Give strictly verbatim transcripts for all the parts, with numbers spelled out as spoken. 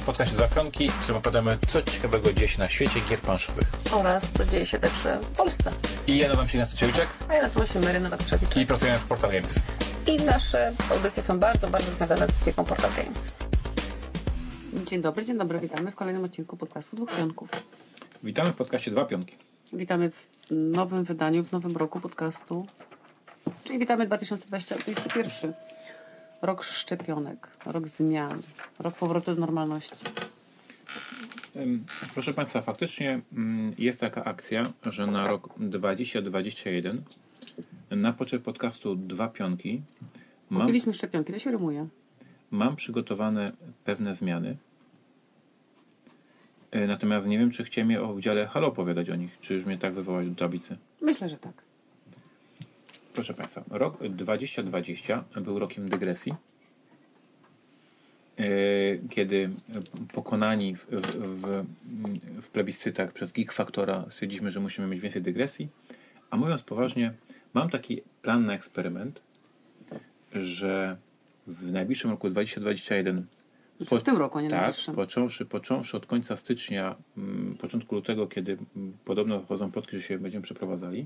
podcaście Dwa Pionki, w którym opowiadamy, co ciekawego dzieje się na świecie gier planszowych. Oraz co dzieje się także w Polsce. I ja nazywam się Ignacy Ciewiczek. A ja nazywam się Mary Nowak-Trzewiczek. I pracujemy w Portal Games. I nasze audycje są bardzo, bardzo związane z firmą Portal Games. Dzień dobry, dzień dobry. Witamy w kolejnym odcinku podcastu Dwóch Pionków. Witamy w podcaście Dwa Pionki. Witamy w nowym wydaniu, w nowym roku podcastu. Czyli witamy dwa tysiące dwudziesty pierwszy. Rok szczepionek, rok zmian, rok powrotu do normalności. Proszę Państwa, faktycznie jest taka akcja, że na rok dwa tysiące dwudziesty pierwszy na potrzeby podcastu Dwa Pionki mam, kupiliśmy szczepionki, to się rymuje. Mam przygotowane pewne zmiany. Natomiast nie wiem, czy chciałem mnie o dziale Halo opowiadać o nich, czy już mnie tak wywołać do tablicy. Myślę, że tak. Proszę Państwa, rok dwa tysiące dwudziesty był rokiem dygresji, kiedy pokonani w, w, w plebiscytach przez Geek Factora stwierdziliśmy, że musimy mieć więcej dygresji. A mówiąc poważnie, mam taki plan na eksperyment, że w najbliższym roku dwa tysiące dwudziestym pierwszym po, w tym roku, nie tak, najbliższym. Począwszy, począwszy od końca stycznia, początku lutego, kiedy podobno chodzą plotki, że się będziemy przeprowadzali,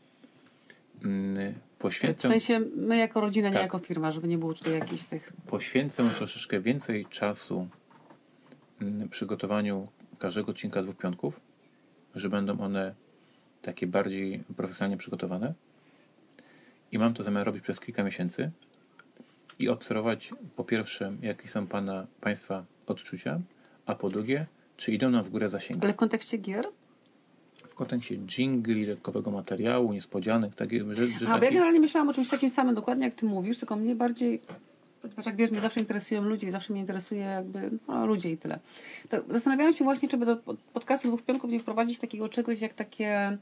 poświęcę... W sensie my jako rodzina, tak, nie jako firma, żeby nie było tutaj jakichś tych... Poświęcę troszeczkę więcej czasu przygotowaniu każdego odcinka Dwóch Pionków, że będą one takie bardziej profesjonalnie przygotowane. I mam to zamiar robić przez kilka miesięcy i obserwować po pierwsze, jakie są pana, Państwa odczucia, a po drugie, czy idą nam w górę zasięgi. Ale w kontekście gier? W kontekście dżingli, dodatkowego materiału, niespodzianek, takie rzeczy. A, bo ja generalnie myślałam o czymś takim samym, dokładnie jak ty mówisz, tylko mnie bardziej, ponieważ jak wiesz, mnie zawsze interesują ludzie i zawsze mnie interesuje jakby no, ludzie i tyle. To zastanawiałam się właśnie, czy by do podcastu Dwóch Pionków nie wprowadzić takiego czegoś jak takie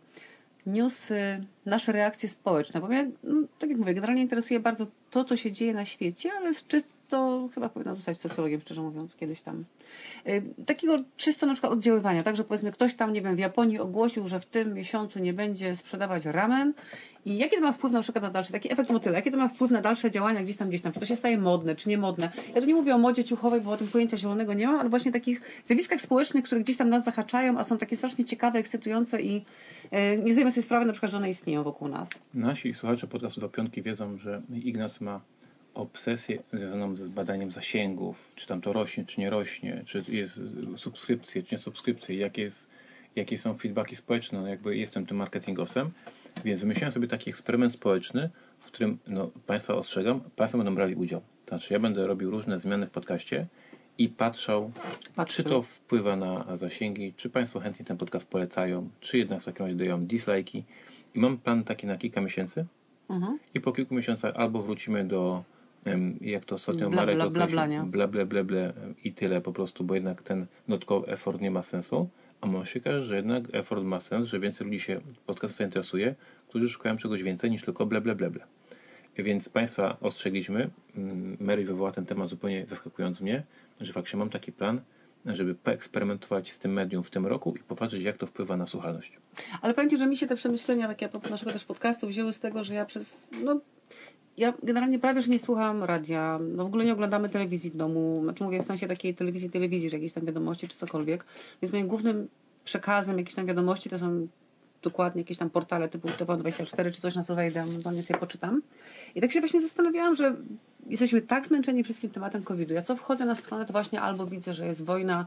newsy, nasze reakcje społeczne, bo mnie, no, tak jak mówię, generalnie interesuje bardzo to, co się dzieje na świecie, ale z czysto, chyba powinna zostać socjologiem, szczerze mówiąc, kiedyś tam. Yy, takiego czysto na przykład oddziaływania, tak, że powiedzmy ktoś tam, nie wiem, w Japonii ogłosił, że w tym miesiącu nie będzie sprzedawać ramen i jaki to ma wpływ na przykład na dalsze, taki efekt motyla, jaki to ma wpływ na dalsze działania gdzieś tam, gdzieś tam, czy to się staje modne, czy nie modne. Ja tu nie mówię o modzie ciuchowej, bo o tym pojęcia zielonego nie mam, ale właśnie takich zjawiskach społecznych, które gdzieś tam nas zahaczają, a są takie strasznie ciekawe, ekscytujące i yy, nie zdajemy sobie sprawy na przykład, że one istnieją wokół nas. Nasi słuchacze podcastu Dwa Pionki wiedzą, że Ignacy ma obsesję związaną ze badaniem zasięgów, czy tam to rośnie, czy nie rośnie, czy jest subskrypcje, czy nie subskrypcje, jakie, jest, jakie są feedbacki społeczne. No jakby jestem tym marketingowcem, więc wymyśliłem sobie taki eksperyment społeczny, w którym, no, Państwa ostrzegam, Państwo będą brali udział. To znaczy ja będę robił różne zmiany w podcaście i patrzał, Patrzył. czy to wpływa na zasięgi, czy Państwo chętnie ten podcast polecają, czy jednak w takim razie dają dislike'i. I mam plan taki na kilka miesięcy. Mhm. I po kilku miesiącach albo wrócimy do, jak to ostatnio bla, Marek bla, bla, określił, bla, bla, bla, bla, bla i tyle po prostu, bo jednak ten dodatkowy effort nie ma sensu. A może się okazać, że jednak effort ma sens, że więcej ludzi się podcastem zainteresuje, którzy szukają czegoś więcej niż tylko bla, bla, bla, bla. Więc Państwa ostrzegliśmy. Mary wywołała ten temat zupełnie zaskakując mnie, że faktycznie mam taki plan, żeby poeksperymentować z tym medium w tym roku i popatrzeć, jak to wpływa na słuchalność. Ale powiem Ci, że mi się te przemyślenia takie a propos naszego też podcastu wzięły z tego, że ja przez, no, ja generalnie prawie, że nie słucham radia, no w ogóle nie oglądamy telewizji w domu, znaczy mówię w sensie takiej telewizji, telewizji, że jakieś tam wiadomości czy cokolwiek, więc moim głównym przekazem jakichś tam wiadomości to są dokładnie jakieś tam portale typu T V dwadzieścia cztery czy coś, na co wejdę, normalnie sobie poczytam. I tak się właśnie zastanawiałam, że jesteśmy tak zmęczeni wszystkim tematem kowida. Ja co wchodzę na stronę, to właśnie albo widzę, że jest wojna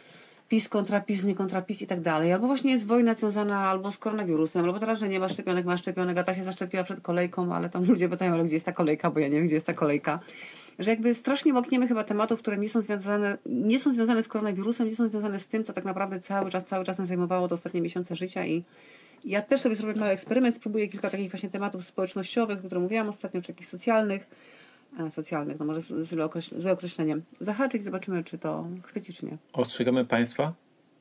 PiS kontra PiS, nie kontra PiS i tak dalej. Albo właśnie jest wojna związana albo z koronawirusem, albo teraz, że nie ma szczepionek, ma szczepionek, a ta się zaszczepiła przed kolejką, ale tam ludzie pytają, ale gdzie jest ta kolejka, bo ja nie wiem, gdzie jest ta kolejka. Że jakby strasznie łakniemy chyba tematów, które nie są związane, nie są związane z koronawirusem, nie są związane z tym, co tak naprawdę cały czas, cały czas nam zajmowało te ostatnie miesiące życia i ja też sobie zrobię mały eksperyment, spróbuję kilka takich właśnie tematów społecznościowych, o których mówiłam ostatnio, czy takich socjalnych, e, socjalnych, no może złe, określ- złe określenie, zahaczyć, zobaczymy, czy to chwyci, czy nie. Ostrzegamy Państwa,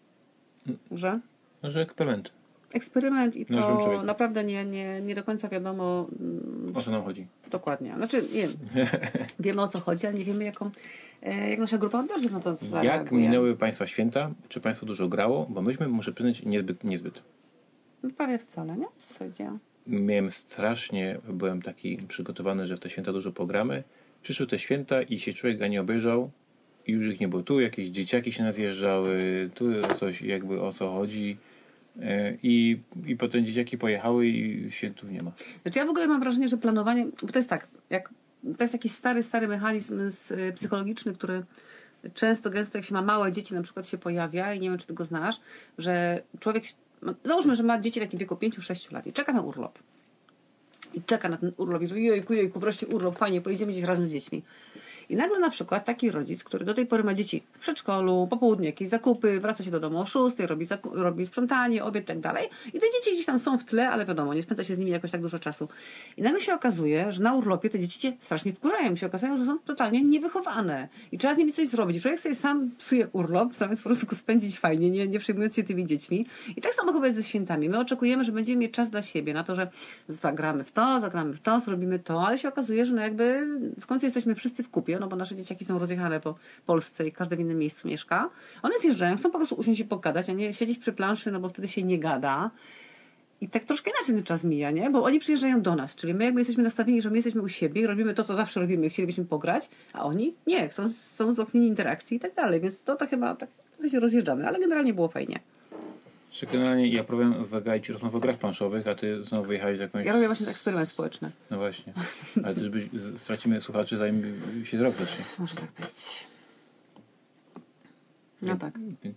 Że? że eksperyment. Eksperyment i No, to naprawdę nie, nie, nie do końca wiadomo, o co nam chodzi. Dokładnie. Znaczy, nie wiemy o co chodzi, ale nie wiemy jaką, jak nasza grupa odbiorców na to zareaguje. Jak minęły Państwa święta? Czy Państwo dużo grało? Bo myśmy, muszę przyznać, niezbyt, niezbyt. No, prawie wcale, nie? Słuchajcie. Miałem strasznie, byłem taki przygotowany, że w te święta dużo pogramy. Przyszły te święta i się człowiek nie obejrzał, i już ich nie było. Tu jakieś dzieciaki się nazjeżdżały, tu coś jakby o co chodzi. I, i potem dzieciaki pojechały i świętów nie ma. Znaczy ja w ogóle mam wrażenie, że planowanie, bo to jest tak, jak, to jest taki stary, stary mechanizm z, psychologiczny, który często, gęsto jak się ma małe dzieci na przykład się pojawia i nie wiem, czy ty go znasz, że człowiek, załóżmy, że ma dzieci w takim wieku pięć sześć lat i czeka na urlop. I czeka na ten urlop i że jejku, jejku, wreszcie urlop, fajnie, pojedziemy gdzieś razem z dziećmi. I nagle na przykład taki rodzic, który do tej pory ma dzieci w przedszkolu, po południu jakieś zakupy, wraca się do domu o szóstej, robi, robi sprzątanie, obiad i tak dalej. I te dzieci gdzieś tam są w tle, ale wiadomo, nie spędza się z nimi jakoś tak dużo czasu. I nagle się okazuje, że na urlopie te dzieci cię strasznie wkurzają. Się okazają, że są totalnie niewychowane. I trzeba z nimi coś zrobić. I człowiek sobie sam psuje urlop, zamiast po prostu go spędzić fajnie, nie, nie przejmując się tymi dziećmi. I tak samo chyba jest ze świętami. My oczekujemy, że będziemy mieć czas dla siebie, na to, że zagramy w to, zagramy w to, zrobimy to, ale się okazuje, że no jakby w końcu jesteśmy wszyscy w kupie, no bo nasze dzieciaki są rozjechane po Polsce i każdy w innym miejscu mieszka. One zjeżdżają, chcą po prostu usiąść i pogadać, a nie siedzieć przy planszy, no bo wtedy się nie gada. I tak troszkę inaczej ten czas mija, nie? Bo oni przyjeżdżają do nas, czyli my jakby jesteśmy nastawieni, że my jesteśmy u siebie i robimy to, co zawsze robimy, chcielibyśmy pograć, a oni nie, chcą, są złapnieni interakcji i tak dalej, więc to, to chyba tak trochę się rozjeżdżamy, ale generalnie było fajnie. Czy generalnie ja próbowałem zagaić rozmowę o grach planszowych, a ty znowu wyjechałeś z jakąś... Ja robię właśnie eksperyment społeczny. No właśnie. Ale też by, stracimy słuchaczy, zanim się rok zacznie. Może tak być. No tak.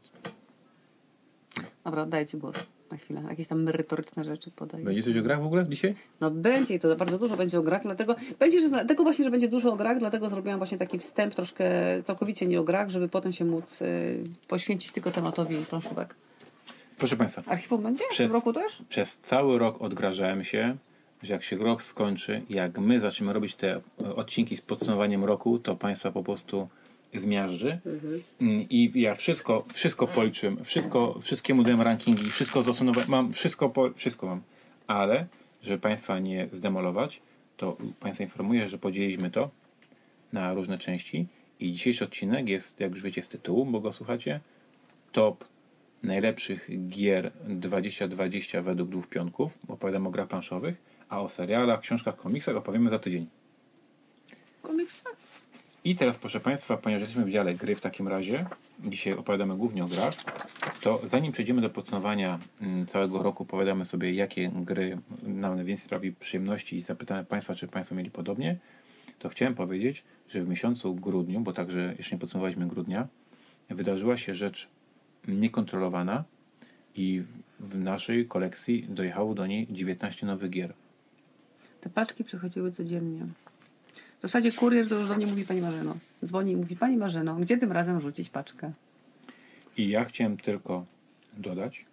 Dobra, daję ci głos na chwilę. Jakieś tam merytoryczne rzeczy podaj. Będzie coś o grach w ogóle dzisiaj? No będzie i to bardzo dużo będzie o grach, dlatego będzie, że dlatego właśnie, że będzie dużo o grach, dlatego zrobiłam właśnie taki wstęp troszkę całkowicie nie o grach, żeby potem się móc y, poświęcić tylko tematowi planszówek. Proszę Państwa. Archiwum będzie? Przez, w roku też? Przez cały rok odgrażałem się, że jak się rok skończy, jak my zaczniemy robić te odcinki z podsumowaniem roku, to Państwa po prostu zmiażdży. Mhm. I ja wszystko, wszystko policzyłem, wszystko, wszystkiemu dałem rankingi, wszystko zasunąłem, mam, wszystko, po, wszystko mam. Ale, żeby Państwa nie zdemolować, to Państwa informuję, że podzieliliśmy to na różne części i dzisiejszy odcinek jest, jak już wiecie z tytułu, bo go słuchacie, top najlepszych gier dwadzieścia dwadzieścia według dwóch pionków. Opowiadam o grach planszowych, a o serialach, książkach, komiksach opowiemy za tydzień. Komiksach? I teraz, proszę Państwa, ponieważ jesteśmy w dziale gry w takim razie, dzisiaj opowiadamy głównie o grach, to zanim przejdziemy do podsumowania całego roku, opowiadamy sobie, jakie gry nam najwięcej sprawi przyjemności i zapytamy Państwa, czy Państwo mieli podobnie, to chciałem powiedzieć, że w miesiącu grudniu, bo także jeszcze nie podsumowaliśmy grudnia, wydarzyła się rzecz niekontrolowana i w naszej kolekcji dojechało do niej dziewiętnaście nowych gier. Te paczki przychodziły codziennie. W zasadzie kurier to już do mnie mówi pani Marzeno. Dzwoni i mówi, pani Marzeno, gdzie tym razem rzucić paczkę? I ja chciałem tylko dodać,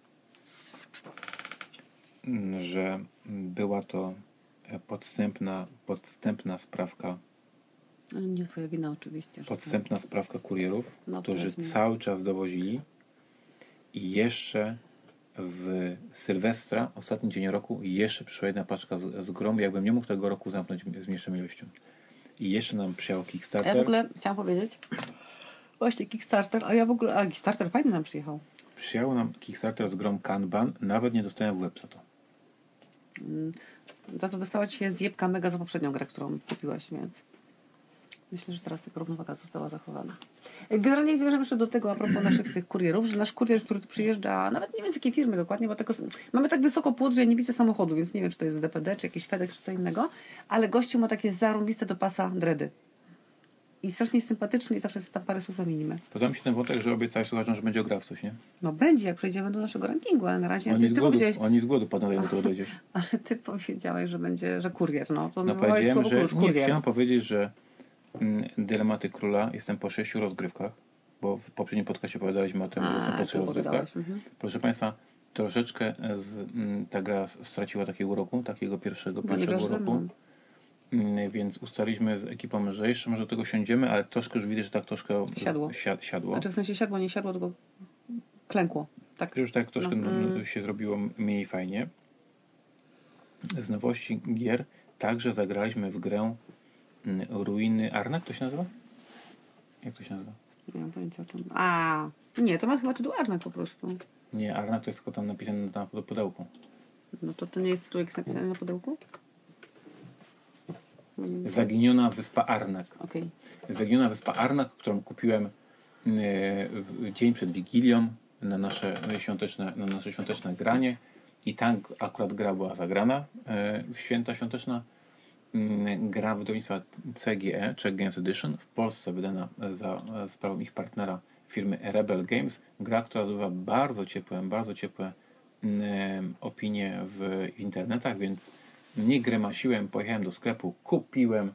że była to podstępna, podstępna sprawka. Ale nie twoja wina oczywiście. Podstępna tak. sprawka kurierów, no, którzy pewnie. cały czas dowozili i jeszcze w Sylwestra, ostatni dzień roku, jeszcze przyszła jedna paczka z, z grom. Jakbym nie mógł tego roku zamknąć z mniejszą ilością. I jeszcze nam przyjechał Kickstarter. A ja w ogóle chciałam powiedzieć, właśnie Kickstarter, a ja w ogóle, a Kickstarter fajnie nam przyjechał. Przyjechał nam Kickstarter z grom Kanban, nawet nie dostałem w łeb za to. Mm, za to dostała ci się zjebka mega za poprzednią grę, którą kupiłaś, więc myślę, że teraz taka równowaga została zachowana. Generalnie zmierzam jeszcze do tego a propos naszych tych kurierów, że nasz kurier, który tu przyjeżdża, nawet nie wiem z jakiej firmy dokładnie, bo tego, mamy tak wysoko płot, że ja nie widzę samochodu, więc nie wiem, czy to jest D P D, czy jakiś FedEx, czy co innego, ale gościu ma takie zarąbiste do pasa dredy. I strasznie jest sympatyczny i zawsze tam parę słów zamienimy. Podoba mi się ten wątek, że obiecałeś słuchaczom, że będzie o grach coś, nie? No będzie, jak przejdziemy do naszego rankingu, ale na razie oni ty, z ty głodu, powiedziałeś... Oni z głodu padają, do tego dojdziesz. Ale ty powiedziałeś, że będzie, że kurier, no. To no powiedziałem, że klucz, nie, chciałem powiedzieć, że mm, Dylematy Króla jestem po sześciu rozgrywkach, bo w poprzednim podcastie opowiadaliśmy o tym, że jestem po trzech rozgrywkach. Mhm. Proszę Państwa, troszeczkę z, m, ta gra straciła takiego roku, takiego pierwszego, pierwszego roku. Więc ustaliliśmy z ekipą, że jeszcze może do tego siądziemy, ale troszkę już widzę, że tak troszkę siadło. Si- siadło. Znaczy w sensie siadło, nie siadło, tylko klękło. Tak. Już tak troszkę no. mm. się zrobiło mniej fajnie. Z nowości gier także zagraliśmy w grę Ruiny Arnak, to się nazywa? Jak to się nazywa? Nie mam pojęcia o czym. A, nie, to ma chyba tytuł Arnak po prostu. Nie, Arnak to jest tylko tam napisane na pudełku. No to to nie jest tytuł, jak jest napisane na pudełku? Zaginiona wyspa Arnak. Okay. Zaginiona wyspa Arnak, którą kupiłem w dzień przed Wigilią na nasze świąteczne, na nasze świąteczne granie i tam akurat gra była zagrana w święta świąteczna. Gra wydawnictwa C G E, Czech Games Edition, w Polsce wydana za sprawą ich partnera firmy Rebel Games. Gra, która zdobywa bardzo ciepłe, bardzo ciepłe opinie w internetach, więc nie gremasiłem, pojechałem do sklepu, kupiłem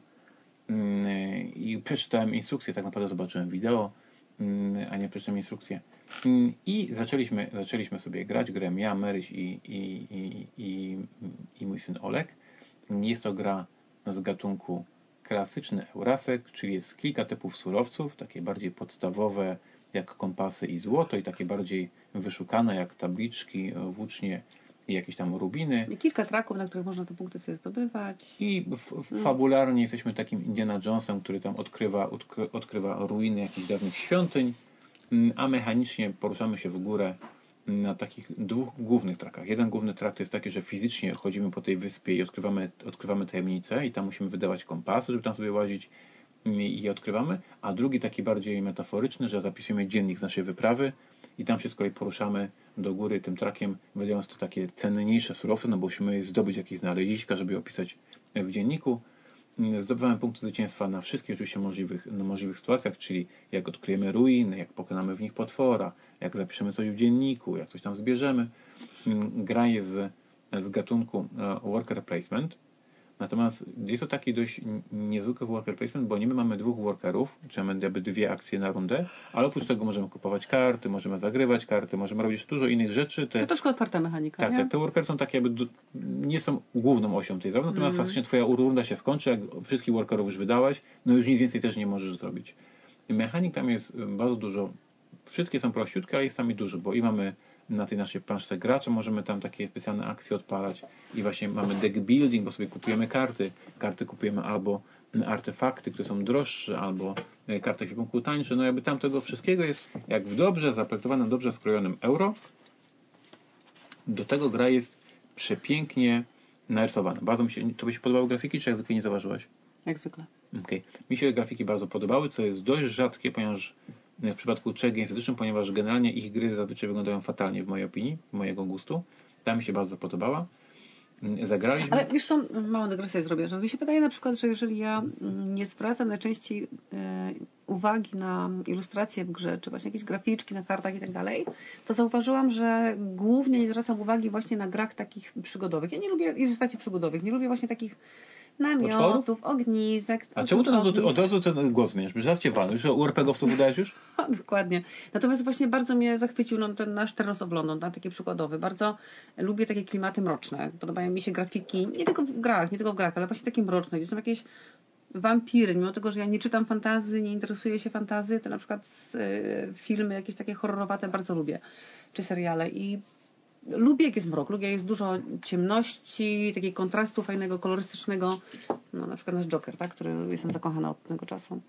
i przeczytałem instrukcję, tak naprawdę zobaczyłem wideo, a nie przeczytałem instrukcję. I zaczęliśmy, zaczęliśmy sobie grać, grałem ja, Maryś i, i, i, i, i mój syn Olek. Jest to gra z gatunku klasyczny Eurasek, czyli jest kilka typów surowców, takie bardziej podstawowe jak kompasy i złoto i takie bardziej wyszukane jak tabliczki, włócznie i jakieś tam rubiny. I kilka traków, na których można te punkty sobie zdobywać. I f- fabularnie mm. jesteśmy takim Indiana Jonesem, który tam odkrywa, odkry- odkrywa ruiny jakichś dawnych świątyń, a mechanicznie poruszamy się w górę na takich dwóch głównych trakach. Jeden główny trak to jest taki, że fizycznie chodzimy po tej wyspie i odkrywamy, odkrywamy tajemnice i tam musimy wydawać kompasy, żeby tam sobie łazić i je odkrywamy, a drugi taki bardziej metaforyczny, że zapisujemy dziennik z naszej wyprawy i tam się z kolei poruszamy do góry tym trakiem, wydając to takie cenniejsze surowce, no bo musimy zdobyć jakieś znaleziska, żeby je opisać w dzienniku. Zdobywamy punkty zwycięstwa na wszystkich oczywiście możliwych, no, możliwych sytuacjach, czyli jak odkryjemy ruiny, jak pokonamy w nich potwora, jak zapiszemy coś w dzienniku, jak coś tam zbierzemy. Gra jest z, z gatunku worker placement. Natomiast jest to taki dość niezwykły worker placement, bo nie my mamy dwóch workerów, czy mamy jakby dwie akcje na rundę, ale oprócz tego możemy kupować karty, możemy zagrywać karty, możemy robić dużo innych rzeczy. Te, to troszkę otwarta mechanika, tak, nie? Tak, te workery są takie jakby, nie są główną osią tej zabawy, natomiast mm. faktycznie twoja runda się skończy, jak wszystkich workerów już wydałaś, no już nic więcej też nie możesz zrobić. I mechanik tam jest bardzo dużo, wszystkie są prościutkie, ale jest tam i dużo, bo i mamy na tej naszej planszce gracza, możemy tam takie specjalne akcje odpalać i właśnie mamy deck building, bo sobie kupujemy karty. Karty kupujemy albo artefakty, które są droższe, albo karty w ekwipunku tańsze. No jakby tam tego wszystkiego jest jak w dobrze zaprojektowanym, dobrze skrojonym euro. Do tego gra jest przepięknie narysowana. Bardzo mi się, to by się podobały grafiki, czy jak zwykle nie zauważyłaś? Jak zwykle. Okay. Mi się grafiki bardzo podobały, co jest dość rzadkie, ponieważ w przypadku Czech Games Edition, ponieważ generalnie ich gry zazwyczaj wyglądają fatalnie w mojej opinii, mojego gustu. Ta mi się bardzo podobała. Zagraliśmy. Ale wiesz co, małą dygresję zrobię, że mi się wydaje na przykład, że jeżeli ja nie zwracam najczęściej e, uwagi na ilustracje w grze, czy właśnie jakieś graficzki na kartach i tak dalej, to zauważyłam, że głównie nie zwracam uwagi właśnie na grach takich przygodowych. Ja nie lubię ilustracji przygodowych, nie lubię właśnie takich namiotów, ognisek. A czemu to od, od razu ten głos zmieniasz? Bo zaraz cię walę. Już u er pe gie owców wydajesz już? Dokładnie. Natomiast właśnie bardzo mnie zachwycił no, ten nasz Terrace of London, tam taki przykładowy. Bardzo lubię takie klimaty mroczne. Podobają mi się grafiki, nie tylko w grach, nie tylko w grach, ale właśnie takie mroczne, gdzie są jakieś wampiry. Mimo tego, że ja nie czytam fantasy, nie interesuję się fantasy, to na przykład y, filmy jakieś takie horrorowate bardzo lubię. Czy seriale. I lubię jak jest mrok, lubię jak jest dużo ciemności, takiego kontrastu fajnego, kolorystycznego. No na przykład nasz Joker, tak, który jestem zakochana od tego czasu.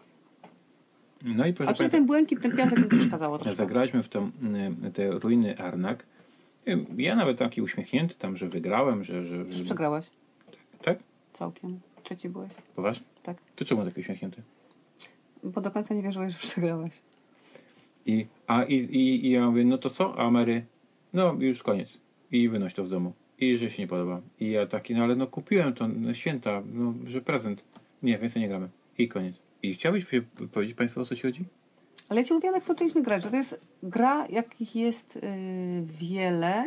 No i proszę A tutaj ten błękit, ten piasek mi przeszkadzało troszkę. Zagraliśmy w tą, te ruiny Arnak. Ja nawet taki uśmiechnięty tam, że wygrałem, że... że, że... Przegrałeś. Tak? Całkiem. Trzeci byłeś. Poważnie? Tak. Ty czemu taki uśmiechnięty? Bo do końca nie wierzyłeś, że przegrałeś. I, a, i, i, i ja mówię, no to co? A Mary? No już koniec. I wynoś to z domu. I że się nie podoba. I ja taki, no ale no kupiłem to na święta, no, że prezent. Nie, więcej nie gramy. I koniec. I chciałbyś powiedzieć Państwu, o co ci chodzi? Ale ja Ci mówiłam, jak zaczęliśmy grać, że to jest gra, jakich jest yy, wiele,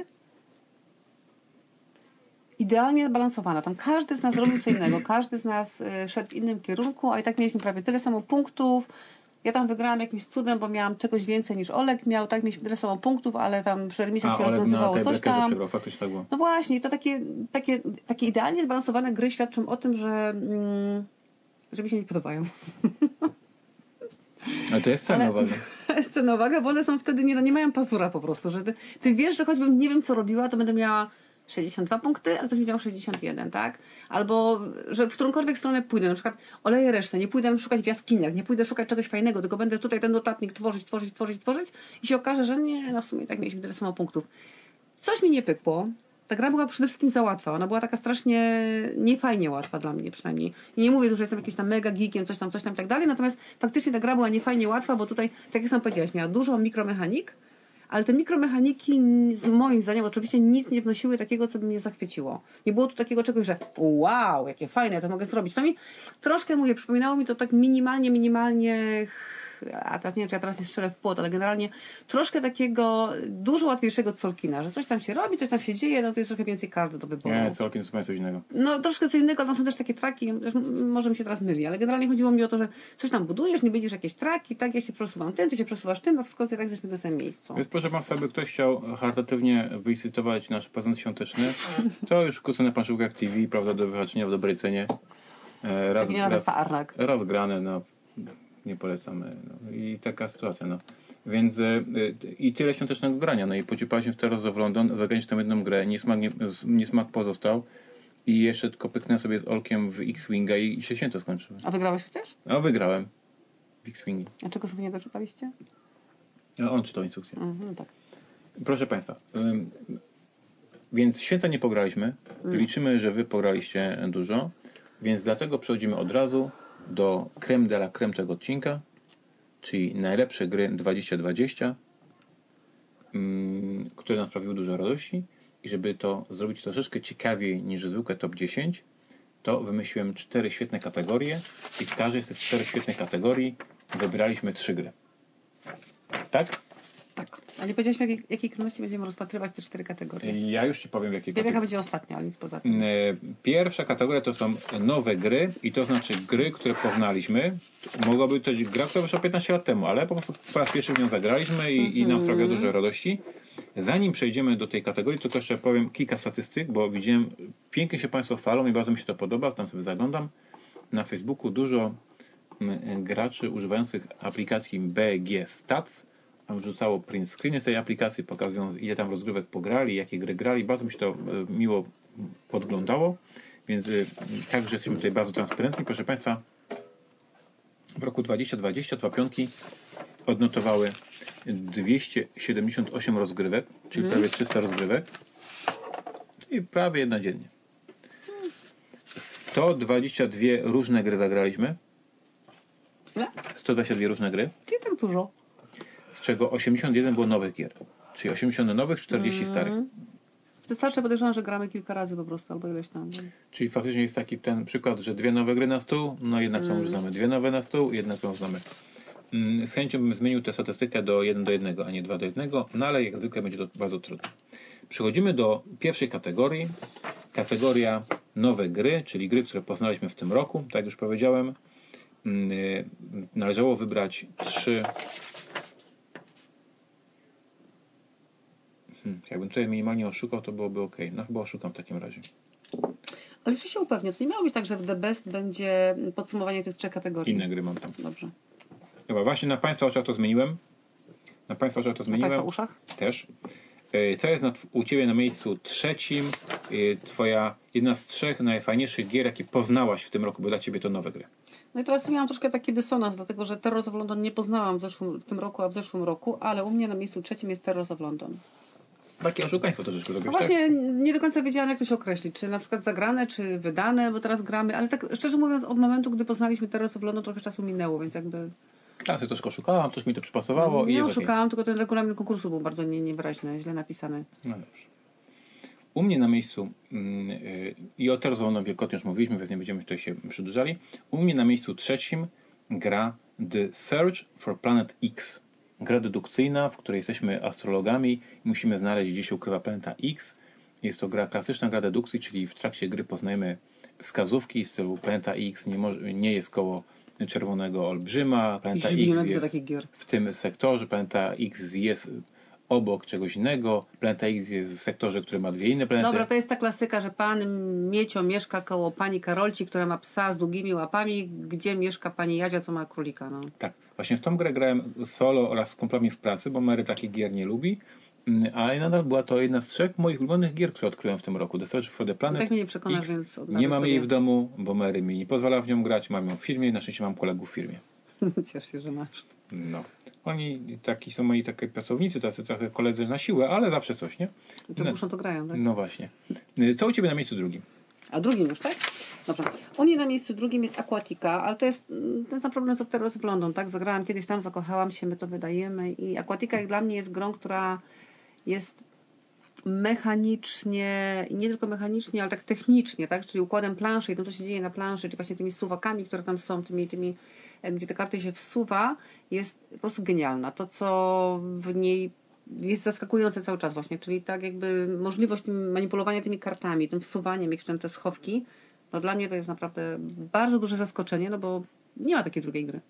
idealnie balansowana. Tam każdy z nas robił co innego. Każdy z nas yy, szedł w innym kierunku, a i tak mieliśmy prawie tyle samo punktów. Ja tam wygrałam jakimś cudem, bo miałam czegoś więcej niż Olek miał, tak, mieliśmy tyle samo punktów, ale tam przy remisach się rozwiązywało coś tam. Przegrał, faktycznie tak było. No właśnie, to takie, takie, takie idealnie zbalansowane gry świadczą o tym, że, mm, że mi się nie podobają. Ale to jest cenna uwaga. Jest cenna uwaga, bo one są wtedy, nie, nie mają pazura po prostu, że ty, ty wiesz, że choćbym nie wiem co robiła, to będę miała sześćdziesiąt dwa punkty, ale ktoś mi miał sześćdziesiąt jeden, tak? Albo, że w którąkolwiek stronę pójdę, na przykład oleję resztę, nie pójdę szukać w jaskiniach, nie pójdę szukać czegoś fajnego, tylko będę tutaj ten notatnik tworzyć, tworzyć, tworzyć, tworzyć i się okaże, że nie, no w sumie tak mieliśmy tyle samo punktów. Coś mi nie pykło, ta gra była przede wszystkim za łatwa. Ona była taka strasznie niefajnie łatwa dla mnie przynajmniej. I nie mówię tu, że jestem jakimś tam mega geekiem, coś tam, coś tam i tak dalej, natomiast faktycznie ta gra była niefajnie łatwa, bo tutaj, tak jak sam powiedziałaś, miała dużo mikromechanik, ale te mikromechaniki moim zdaniem oczywiście nic nie wnosiły takiego, co by mnie zachwyciło. Nie było tu takiego czegoś, że wow, jakie fajne, ja to mogę zrobić. To mi troszkę, mówię, przypominało mi to tak minimalnie, minimalnie, a teraz nie wiem, czy ja teraz nie strzelę w płot, ale generalnie troszkę takiego dużo łatwiejszego Colkina, że coś tam się robi, coś tam się dzieje, no to jest trochę więcej kart do wyboru. Nie, Colkin to jest coś innego. No troszkę co innego, tam są też takie traki, może mi się teraz myli, ale generalnie chodziło mi o to, że coś tam budujesz, nie będziesz jakieś traki, tak, ja się przesuwam tym, ty się przesuwasz tym, a w skrócie tak jesteśmy na samym miejscu. Więc proszę Państwa, jakby ktoś chciał charytatywnie wylicytować nasz prezent świąteczny, to już kursy na planszówkach T V, prawda, do wyhaczenia w dobrej cenie. E, raz, raz, raz grane, no nie polecamy. No. I taka sytuacja, no. Więc y, i tyle świątecznego grania. No i pociepaliśmy w Terrors of London, zagraliśmy tam jedną grę, niesmak, nie, niesmak pozostał i jeszcze tylko pyknę sobie z Olkiem w X-Winga i, i się święto skończyły. A wygrałeś chociaż? A wygrałem w X-Wingi. A czego sobie nie doczytaliście? A on czytał instrukcję. Mhm, tak. Proszę Państwa, ym, więc święta nie pograliśmy. Mm. Liczymy, że Wy pograliście dużo, więc dlatego przechodzimy od razu do creme de la creme tego odcinka, czyli najlepsze gry dwadzieścia dwadzieścia, mm, które nam sprawiły dużo radości i żeby to zrobić troszeczkę ciekawiej niż zwykłe top dziesięć, to wymyśliłem cztery świetne kategorie i w każdej z tych czterech świetnych kategorii wybraliśmy trzy gry. Tak? Tak. A nie powiedzieliśmy, w jakiej kolejności będziemy rozpatrywać te cztery kategorie. Ja już Ci powiem, w jakiej kategorii. Wiem, jaka będzie ostatnia, ale nic poza tym. Pierwsza kategoria to są nowe gry i to znaczy gry, które poznaliśmy. Mogłaby to być gra, która wyszła piętnaście lat temu, ale po prostu po raz pierwszy w nią zagraliśmy i, mm-hmm. i nam sprawia dużo radości. Zanim przejdziemy do tej kategorii, to jeszcze powiem kilka statystyk, bo widziałem, pięknie się Państwo chwalą i bardzo mi się to podoba, tam sobie zaglądam. Na Facebooku dużo graczy używających aplikacji B G Stats tam wrzucało print screeny z tej aplikacji, pokazując, ile tam rozgrywek pograli, jakie gry grali. Bardzo mi się to miło podglądało, więc także jesteśmy tutaj bardzo transparentni. Proszę Państwa, w roku dwadzieścia dwadzieścia dwa piątki odnotowały dwieście siedemdziesiąt osiem rozgrywek, czyli hmm. prawie trzysta rozgrywek i prawie jedna dziennie. sto dwadzieścia dwie różne gry zagraliśmy. Ile? sto dwadzieścia dwie różne gry. Czyli tak dużo. Z czego osiemdziesiąt jeden było nowych gier. Czyli osiemdziesiąt nowych, czterdzieści mm. starych. Wystarczy, podejrzewam, że gramy kilka razy po prostu, albo ileś tam. Czyli faktycznie jest taki ten przykład, że dwie nowe gry na stół, no jednak mm. tą już znamy. Dwie nowe na stół, jednak tą znamy. Z chęcią bym zmienił tę statystykę do jeden do jednego, a nie dwa do jednego, no ale jak zwykle będzie to bardzo trudno. Przechodzimy do pierwszej kategorii. Kategoria nowe gry, czyli gry, które poznaliśmy w tym roku. Tak jak już powiedziałem, należało wybrać trzy. Hmm, jakbym tutaj minimalnie oszukał, to byłoby ok. No chyba oszukam w takim razie. Ale jeszcze się upewnię, to nie miało być tak, że w The Best będzie podsumowanie tych trzech kategorii. Inne gry mam tam. Dobrze. Dobra, właśnie na Państwa oczach to zmieniłem. Na Państwa oczach to zmieniłem. Na Państwa uszach? Też. Co jest na, u Ciebie na miejscu trzecim? Twoja jedna z trzech najfajniejszych gier, jakie poznałaś w tym roku, bo dla Ciebie to nowe gry. No i teraz miałam troszkę taki dysonans, dlatego że Terrors of London nie poznałam w, zeszłym, w tym roku, a w zeszłym roku, ale u mnie na miejscu trzecim jest Terrors of London. Takie oszukaństwo troszeczkę robisz, no właśnie, tak? Nie do końca wiedziałam, jak to się określić. Czy na przykład zagrane, czy wydane, bo teraz gramy, ale tak szczerze mówiąc, od momentu, gdy poznaliśmy Terrors of London, trochę czasu minęło, więc jakby... Ja sobie troszkę oszukałam, coś mi to przypasowało no, i nie jest oszukałam, okay. Tylko ten regulamin konkursu był bardzo nie, niewyraźny, źle napisany. No dobrze. U mnie na miejscu yy, i o Terrors of London wielokrotnie już mówiliśmy, więc nie będziemy tutaj się przedłużali. U mnie na miejscu trzecim gra The Search for Planet X. Gra dedukcyjna, w której jesteśmy astrologami i musimy znaleźć, gdzie się ukrywa planeta X. Jest to gra, klasyczna gra dedukcji, czyli w trakcie gry poznajemy wskazówki w stylu planeta X nie, może, nie jest koło czerwonego olbrzyma, planeta X jest w tym sektorze, planeta X jest obok czegoś innego, planeta X jest w sektorze, który ma dwie inne planety. Dobra, to jest ta klasyka, że pan Miecio mieszka koło pani Karolci, która ma psa z długimi łapami, gdzie mieszka pani Jadzia, co ma królika. No. Tak, właśnie w tą grę grałem solo oraz z kumplami w pracy, bo Mary takich gier nie lubi, ale nadal była to jedna z trzech moich ulubionych gier, które odkryłem w tym roku. The Search for the Planet. Tak mnie nie przekonasz, X. Więc nie mam sobie. jej w domu, bo Mary mi nie pozwala w nią grać, mam ją w firmie, na szczęście mam kolegów w firmie. Ciesz się, że masz. No. Oni taki są moi takie pracownicy, tacy trochę koledzy na siłę, ale zawsze coś, nie? To no, muszą, to grają, tak? No właśnie. Co u Ciebie na miejscu drugim? A drugim już, tak? Dobrze. U mnie na miejscu drugim jest Aquatica, ale to jest ten sam problem co teraz w London, tak? Zagrałam kiedyś tam, zakochałam się, my to wydajemy i Aquatica jak dla mnie jest grą, która jest mechanicznie, i nie tylko mechanicznie, ale tak technicznie, tak? Czyli układem planszy i tym, co się dzieje na planszy, czy właśnie tymi suwakami, które tam są, tymi, tymi, gdzie te karty się wsuwa, jest po prostu genialna. To, co w niej jest zaskakujące cały czas właśnie, czyli tak jakby możliwość tym manipulowania tymi kartami, tym wsuwaniem, jak się te schowki, no dla mnie to jest naprawdę bardzo duże zaskoczenie, no bo nie ma takiej drugiej gry.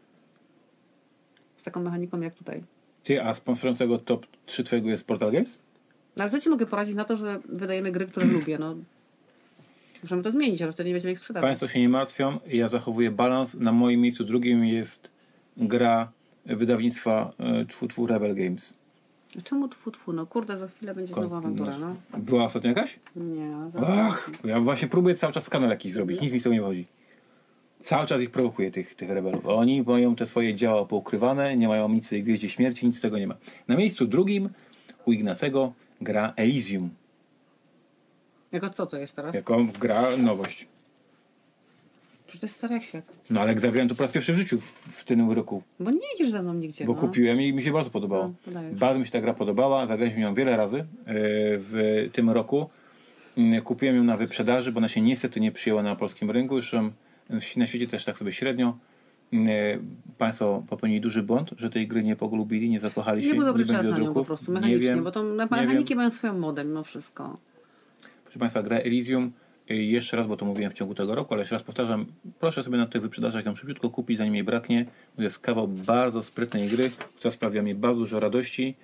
Z taką mechaniką jak tutaj. Ty, a sponsorem tego top trzy Twojego jest Portal Games? No ale co Ci mogę poradzić na to, że wydajemy gry, które lubię, no. Możemy to zmienić, ale wtedy nie będziemy ich sprzedawać. Państwo się nie martwią, ja zachowuję balans. Na moim miejscu drugim jest gra wydawnictwa Tfu Tfu Rebel Games. Czemu tfu tfu? No kurde, za chwilę będzie znowu awantura, no. Była ostatnio jakaś? Nie. Ach, ja właśnie próbuję cały czas kanał jakiś zrobić, nic mi z tego nie wychodzi. Cały czas ich prowokuję, tych, tych rebelów. Oni mają te swoje działa poukrywane, nie mają nic w tej Gwieździe Śmierci, nic z tego nie ma. Na miejscu drugim u Ignacego gra Elysium. Jako co to jest teraz? Jako gra nowość. Przecież to jest stary jak świat. No ale zagrałem to po raz pierwszy w życiu w, w tym roku. Bo nie idziesz ze mną nigdzie, Bo no. kupiłem i mi się bardzo podobało. No, bardzo mi się ta gra podobała. Zagraliśmy ją wiele razy yy, w tym roku. Yy, kupiłem ją na wyprzedaży, bo ona się niestety nie przyjęła na polskim rynku. Zresztą na świecie też tak sobie średnio. Yy, państwo popełnili duży błąd, że tej gry nie polubili, nie zakochali się. Nie był dobry nie czas będzie na nią po prostu, mechanicznie, wiem, bo to mechaniki mają swoją modę mimo wszystko. Proszę Państwa, gra Elysium, jeszcze raz, bo to mówiłem w ciągu tego roku, ale jeszcze raz powtarzam, proszę sobie na tych wyprzedażach ją szybciutko kupić, zanim jej braknie. To jest kawał bardzo sprytnej gry, która sprawia mi bardzo dużo radości.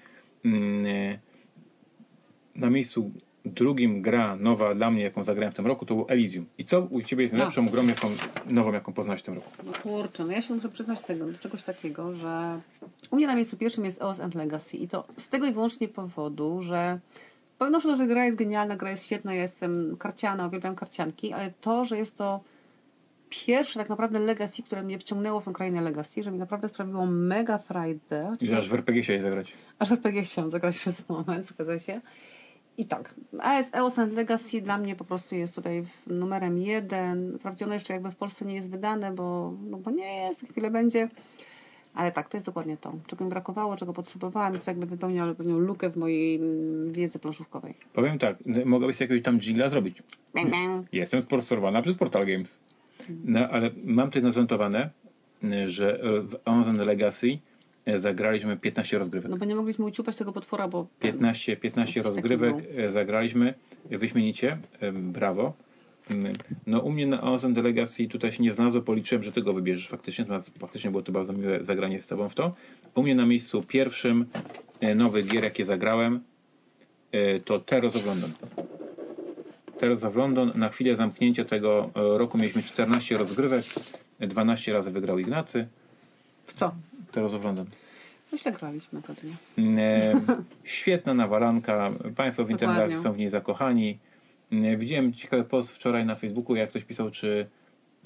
Na miejscu drugim gra nowa dla mnie, jaką zagrałem w tym roku, to był Elysium. I co u Ciebie jest najlepszą grą jaką, nową, jaką poznałeś w tym roku? No kurczę, no ja się muszę przyznać tego, do czegoś takiego, że u mnie na miejscu pierwszym jest Eos and Legacy i to z tego i wyłącznie powodu, że powiem szczerze, że gra jest genialna, gra jest świetna, ja jestem karciana, uwielbiam karcianki, ale to, że jest to pierwsze tak naprawdę Legacy, które mnie wciągnęło w tą krainę Legacy, że mi naprawdę sprawiło mega frajdę. I aż w er pe gie chciałeś zagrać. Aż w er pe gie chciałam zagrać przez moment, zgadza się. I tak, Eos and Legacy dla mnie po prostu jest tutaj numerem jeden. Wprawdzie ono jeszcze jakby w Polsce nie jest wydane, bo, no bo nie jest, chwilę będzie. Ale tak, to jest dokładnie to. Czego mi brakowało, czego potrzebowałam i co jakby wypełniało pewną lukę w mojej wiedzy planszówkowej. Powiem tak, mogłabyś jakiegoś tam jingla zrobić. Jestem sponsorowana przez Portal Games. No, ale mam tutaj nazwentowane, że w Eos and Legacy zagraliśmy piętnaście rozgrywek. No bo nie mogliśmy uciupać tego potwora, bo... piętnaście, piętnaście rozgrywek zagraliśmy wyśmienicie, brawo. No u mnie na Eos and Legacy tutaj się nie znalazło, policzyłem, że ty go wybierzesz faktycznie, natomiast faktycznie było to bardzo miłe zagranie z tobą w to. U mnie na miejscu pierwszym nowych gier, jakie zagrałem, to Terrors of London. Terrors of London. Na chwilę zamknięcia tego roku mieliśmy czternaście rozgrywek, dwanaście razy wygrał Ignacy. W co? Terrors of London. Myślę, graliśmy pewnie. E, świetna nawalanka. Państwo w internecie są w niej zakochani. E, widziałem ciekawy post wczoraj na Facebooku, jak ktoś pisał, czy e,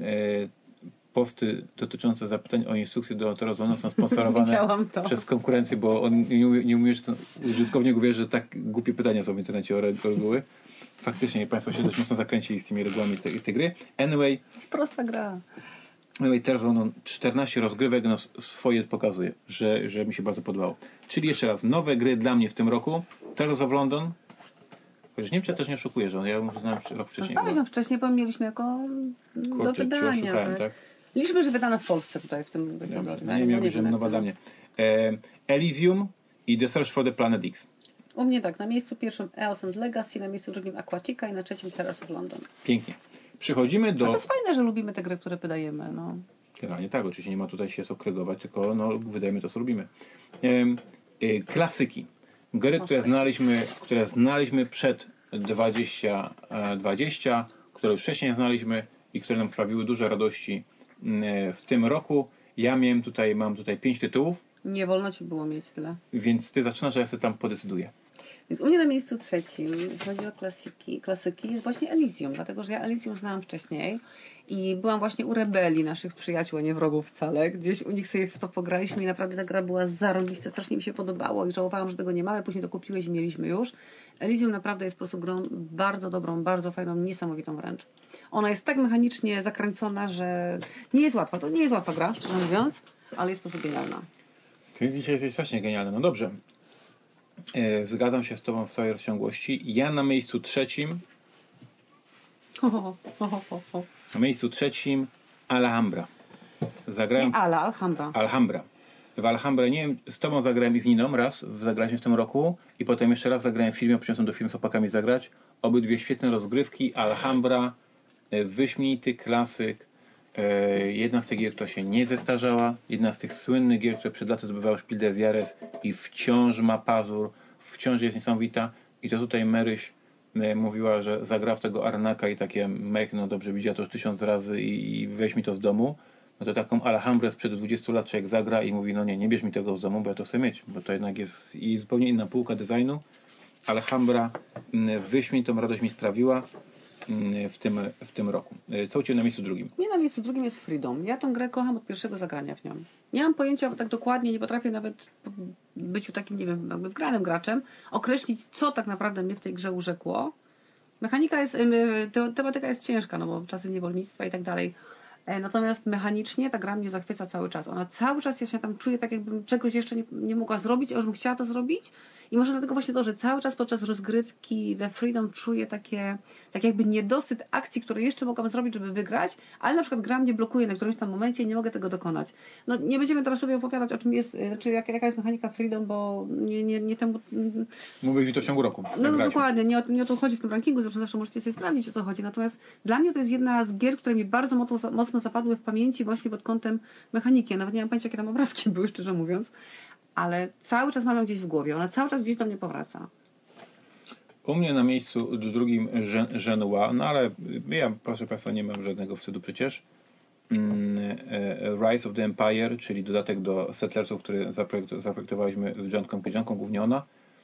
posty dotyczące zapytań o instrukcje do Terrors of London są sponsorowane przez konkurencję, bo on nie, umie, nie umie, że to, użytkownik uwierzy, że tak głupie pytania są w internecie o reguły. Faktycznie Państwo się dość mocno zakręcili z tymi regułami tej, tej gry. Anyway. To jest prosta gra. Anyway, teraz on czternaście rozgrywek no, swoje pokazuje, że, że mi się bardzo podobało. Czyli jeszcze raz, nowe gry dla mnie w tym roku. Terrors of London. Chociaż nie wiem, czy ja też nie oszukuję, że ja już znałem rok wcześniej. Znałeś ją wcześniej, bo mieliśmy jako Kurczę, do wydania. Tak? Tak? Liczmy, że wydana w Polsce tutaj w tym Dobra, wydaniu. nie wiem, że nowa dla mnie. E, Elysium i The Search for the Planet X. U mnie tak, na miejscu pierwszym Eos and Legacy, na miejscu drugim Aquatica i na trzecim Terrors of London. Pięknie. Przechodzimy do... A to jest fajne, że lubimy te gry, które wydajemy. No. Generalnie tak, oczywiście nie ma tutaj się co krygować, tylko no, wydajemy to, co lubimy. E, e, klasyki. Gry, które znaliśmy, które znaliśmy przed dwadzieścia dwadzieścia, które już wcześniej znaliśmy i które nam sprawiły dużo radości e, w tym roku. Ja miałem tutaj, mam tutaj pięć tytułów. Nie wolno ci było mieć tyle. Więc ty zaczynasz, że ja sobie tam podecyduję. Więc u mnie na miejscu trzecim, jeśli chodzi o klasyki, klasyki, jest właśnie Elysium, dlatego że ja Elysium znałam wcześniej i byłam właśnie u rebelii naszych przyjaciół, a nie wrogów wcale. Gdzieś u nich sobie w to pograliśmy i naprawdę ta gra była zarąbista, strasznie mi się podobało i żałowałam, że tego nie mamy, później to kupiłeś i mieliśmy już. Elysium naprawdę jest po prostu grą bardzo dobrą, bardzo fajną, niesamowitą wręcz. Ona jest tak mechanicznie zakręcona, że nie jest łatwa. To nie jest łatwa gra, szczerze mówiąc, ale jest po prostu genialna. Ty dzisiaj jesteś strasznie genialny. No dobrze. E, zgadzam się z tobą w całej rozciągłości. Ja na miejscu trzecim Ho, ho, ho, ho, ho. na miejscu trzecim Alhambra. Zagrałem... Nie Ala, Alhambra. Alhambra. W Alhambrę, nie wiem, z tobą zagrałem i z Niną raz, zagraliśmy w tym roku i potem jeszcze raz zagrałem w filmie, przyniosłem do filmu z chłopakami zagrać. Obydwie świetne rozgrywki. Alhambra, wyśmienity klasyk. Jedna z tych gier, która się nie zestarzała. Jedna z tych słynnych gier, które przed laty zdobywały Spiel des Jahres i wciąż ma pazur, wciąż jest niesamowita. I to tutaj Maryś mówiła, że zagra w tego Arnaka i takie mech, no dobrze, widziała to już tysiąc razy i, i weź mi to z domu. No to taką Alhambrę sprzed dwudziestu lat człowiek zagra i mówi, no nie, nie bierz mi tego z domu, bo ja to chcę mieć, bo to jednak jest i zupełnie inna półka designu. Alhambra wyśmienitą radość mi sprawiła w tym, w tym roku. Co u Ciebie na miejscu drugim? Mnie na miejscu drugim jest Freedom. Ja tę grę kocham od pierwszego zagrania w nią. Nie mam pojęcia, bo tak dokładnie nie potrafię nawet po byciu takim, nie wiem, jakby wgranym graczem określić, co tak naprawdę mnie w tej grze urzekło. Mechanika jest, tematyka jest ciężka, no bo czasy niewolnictwa i tak dalej. Natomiast mechanicznie ta gra mnie zachwyca cały czas. Ona cały czas, ja się tam czuję tak, jakbym czegoś jeszcze nie, nie mogła zrobić, a już bym chciała to zrobić. I może dlatego właśnie to, że cały czas podczas rozgrywki The Freedom czuję takie, tak jakby niedosyt akcji, które jeszcze mogłam zrobić, żeby wygrać, ale na przykład gra mnie blokuje na którymś tam momencie i nie mogę tego dokonać. No nie będziemy teraz sobie opowiadać, o czym jest, znaczy jaka, jaka jest mechanika Freedom, bo nie, nie, nie temu... Mówisz mi to w ciągu roku. No tak dokładnie, nie o, nie o to chodzi w tym rankingu, zresztą zawsze możecie sobie sprawdzić, o co chodzi. Natomiast dla mnie to jest jedna z gier, które mi bardzo mocno, mocno zapadły w pamięci właśnie pod kątem mechaniki. Ja nawet nie mam pojęcia, jakie tam obrazki były, szczerze mówiąc, ale cały czas mam ją gdzieś w głowie. Ona cały czas gdzieś do mnie powraca. U mnie na miejscu drugim Genua, no ale ja, proszę Państwa, nie mam żadnego wstydu przecież. Rise of the Empire, czyli dodatek do Settlersów, który zaprojektowaliśmy z Johnką Piżanką, głównie ona.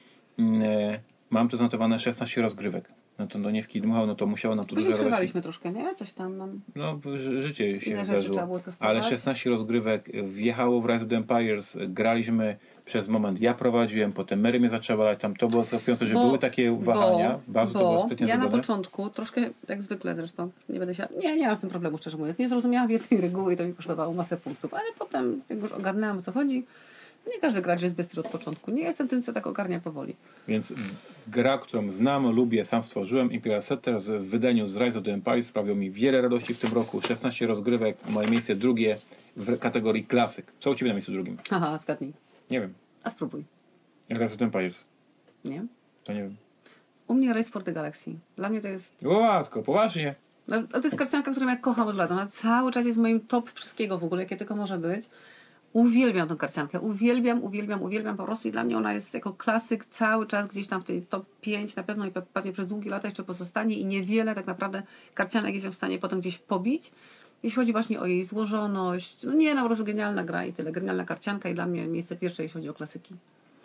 Mam tu zanotowane szesnaście rozgrywek. No to no nie w kij dmuchał, no to musiało nam tu dużo radości. Przerwaliśmy troszkę, nie? Coś tam nam... No, życie się zdarzyło. Ale szesnaście rozgrywek wjechało w Rise of the Empires, graliśmy przez moment, ja prowadziłem, potem Mary mnie zaczęła, ale tam to było zaskakujące, że bo, były takie wahania. Bo, bardzo bo to było sprytnie ja zrobione. na początku, troszkę jak zwykle zresztą, nie będę się... Nie, nie mam z tym problemu, szczerze mówiąc. Nie zrozumiałam jednej reguły i to mi kosztowało masę punktów, ale potem, jak już ogarnęłam, o co chodzi, nie każdy gracz jest bystry od początku. Nie jestem tym, co tak ogarnia powoli. Więc gra, którą znam, lubię, sam stworzyłem, Imperial Settlers w wydaniu z Rise of the Empire sprawiło mi wiele radości w tym roku. szesnaście rozgrywek, moje miejsce drugie w kategorii klasyk. Co u Ciebie na miejscu drugim? Haha, zgadnij. Nie wiem. A spróbuj. Rise of the Empires. Nie? To nie wiem. U mnie Race for the Galaxy. Dla mnie to jest... O, łatwo, poważnie. No, ale to jest karcianka, którą ja kocham od lat. Ona cały czas jest moim top wszystkiego w ogóle, jakie tylko może być. Uwielbiam tę karciankę. Uwielbiam, uwielbiam, uwielbiam po prostu i dla mnie ona jest jako klasyk cały czas gdzieś tam w tej top pięć na pewno i pewnie przez długie lata jeszcze pozostanie i niewiele tak naprawdę karcianek jest ją w stanie potem gdzieś pobić. Jeśli chodzi właśnie o jej złożoność, no nie, no po prostu genialna gra i tyle. Genialna karcianka i dla mnie miejsce pierwsze, jeśli chodzi o klasyki.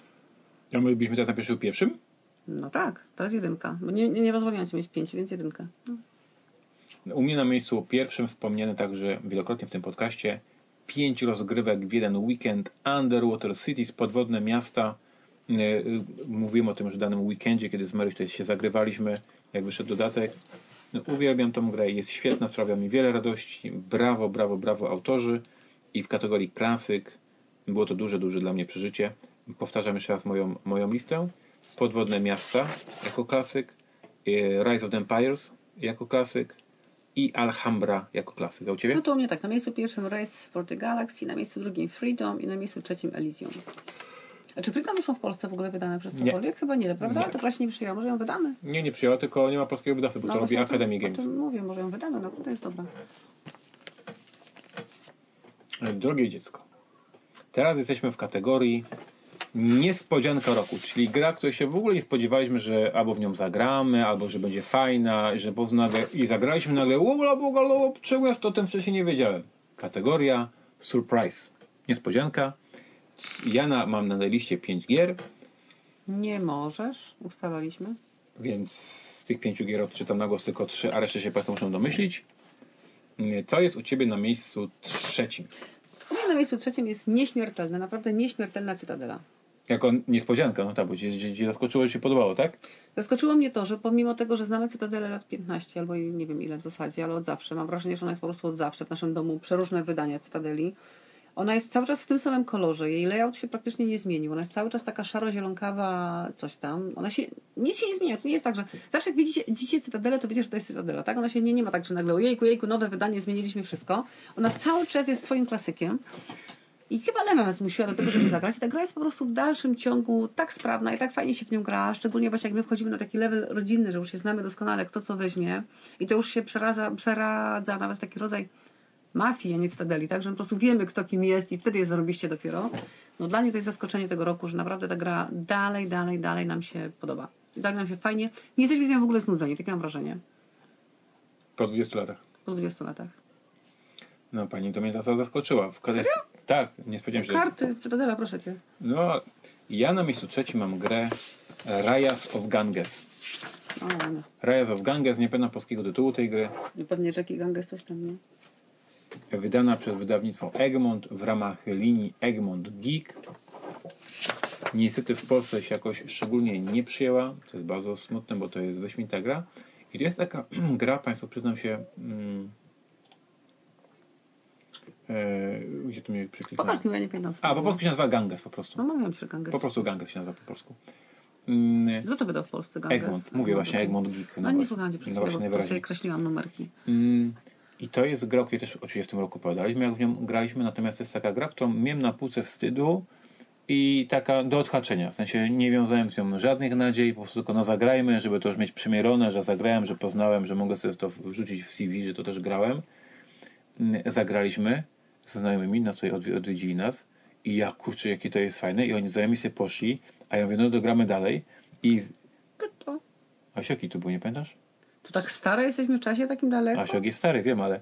A my byliśmy teraz na pierwszym pierwszym? No tak, to jest jedynka. Bo nie, nie, nie pozwoliłam ci mieć pięciu, więc jedynka. No. U mnie na miejscu pierwszym wspomniane także wielokrotnie w tym podcaście pięć rozgrywek w jeden weekend, Underwater Cities, podwodne miasta. Mówiłem o tym już w danym weekendzie, kiedy z Maryś tutaj się zagrywaliśmy, jak wyszedł dodatek. No, uwielbiam tą grę, jest świetna, sprawia mi wiele radości. Brawo, brawo, brawo autorzy. I w kategorii klasyk było to duże, duże dla mnie przeżycie. Powtarzam jeszcze raz moją, moją listę. Podwodne miasta jako klasyk, Rise of the Empires jako klasyk i Alhambra jako klasyk. A u Ciebie? No to u mnie tak, na miejscu pierwszym Race for the Galaxy, na miejscu drugim Freedom i na miejscu trzecim Elysium. A czy Freedom już w Polsce w ogóle wydane przez cokolwiek? Chyba nie, prawda? Nie. To właśnie nie przyjęła. Może ją wydamy? Nie, nie przyjęła, tylko nie ma polskiego wydawcy, bo no, to robi Academy Games. O tym mówię, może ją wydamy, no to jest dobra. Drogie dziecko, teraz jesteśmy w kategorii niespodzianka roku, czyli gra, której się w ogóle nie spodziewaliśmy, że albo w nią zagramy, albo że będzie fajna, że po prostu nagle i zagraliśmy nagle, łola, boga, czemu ja to o tym wcześniej nie wiedziałem. Kategoria surprise. Niespodzianka. Ja na, mam na liście pięć gier. Nie możesz, ustalaliśmy. Więc z tych pięciu gier odczytam na głos tylko trzy, a resztę się Państwo muszą domyślić. Co jest u Ciebie na miejscu trzecim? U mnie na miejscu trzecim jest nieśmiertelna, naprawdę nieśmiertelna Cytadela. Jako niespodzianka, no tak, bo Cię, cię zaskoczyło, że się podobało, tak? Zaskoczyło mnie to, że pomimo tego, że znamy Cytadelę lat piętnaście, albo nie wiem ile w zasadzie, ale od zawsze, mam wrażenie, że ona jest po prostu od zawsze w naszym domu, przeróżne wydania Cytadeli. Ona jest cały czas w tym samym kolorze, jej layout się praktycznie nie zmienił, ona jest cały czas taka szaro-zielonkawa, coś tam. Ona się, nic się nie zmienia, to nie jest tak, że zawsze jak widzicie, widzicie Cytadelę, to wiecie, że to jest Cytadela, tak? Ona się nie, nie ma tak, że nagle ojejku, jejku, nowe wydanie, zmieniliśmy wszystko. Ona cały czas jest swoim klasykiem. I chyba Lena nas zmusiła do tego, żeby zagrać. I ta gra jest po prostu w dalszym ciągu tak sprawna i tak fajnie się w nią gra. Szczególnie właśnie jak my wchodzimy na taki level rodzinny, że już się znamy doskonale, kto co weźmie. I to już się przeradza, przeradza nawet taki rodzaj mafii, a nie Cytadeli, tak? Że po prostu wiemy, kto kim jest i wtedy jest zarobiście dopiero. No dla mnie to jest zaskoczenie tego roku, że naprawdę ta gra dalej, dalej, dalej nam się podoba. I tak nam się fajnie. Nie jesteśmy z nią w ogóle znudzeni, takie mam wrażenie. Po dwudziestu latach. Po dwudziestu latach. No pani to mnie ta zaskoczyła. W Serio? Tak, nie spodziewałem się. Karty, Cytadela, proszę Cię. No, ja na miejscu trzecim mam grę Rise of Ganges. O, no. Rise of Ganges, nie pamiętam polskiego tytułu tej gry. Pewnie Jackie Ganges coś tam, nie? Wydana przez wydawnictwo Egmont w ramach linii Egmont Geek. Niestety w Polsce się jakoś szczególnie nie przyjęła, co jest bardzo smutne, bo to jest wyśmienita gra. I to jest taka gra, Państwo przyznam się... Mm, e, gdzie tu mnie przykliknąłem? Pokaż mi, ja nie pamiętam. A, po polsku się nazywa Ganges po prostu. No mówiłam ci, że Ganges. Po prostu Ganges się nazywa po polsku. Mm, Kto to wydał w Polsce Ganges? Egmont. Mówię właśnie Egmont Geek. No, no nie słuchałam Cię przez no chwilę, bo sobie kreśliłam numerki. Mm, I to jest gra, o której też oczywiście w tym roku opowiadaliśmy, jak w nią graliśmy, natomiast to jest taka gra, którą miałem na półce wstydu i taka do odhaczenia. W sensie nie wiązałem z nią żadnych nadziei, po prostu tylko no zagrajmy, żeby to już mieć przemierone, że zagrałem, że poznałem, że mogę sobie to wrzucić w C V, że to też grałem. Zagraliśmy ze znajomymi, nas tutaj odwiedzili nas i ja kurczę, jakie to jest fajne i oni znajomi sobie poszli, a ja mówię, no dogramy dalej i... To. A jaki to był, nie pamiętasz? To tak stare jesteśmy w czasie takim daleko? Asiok jest stary, wiem, ale...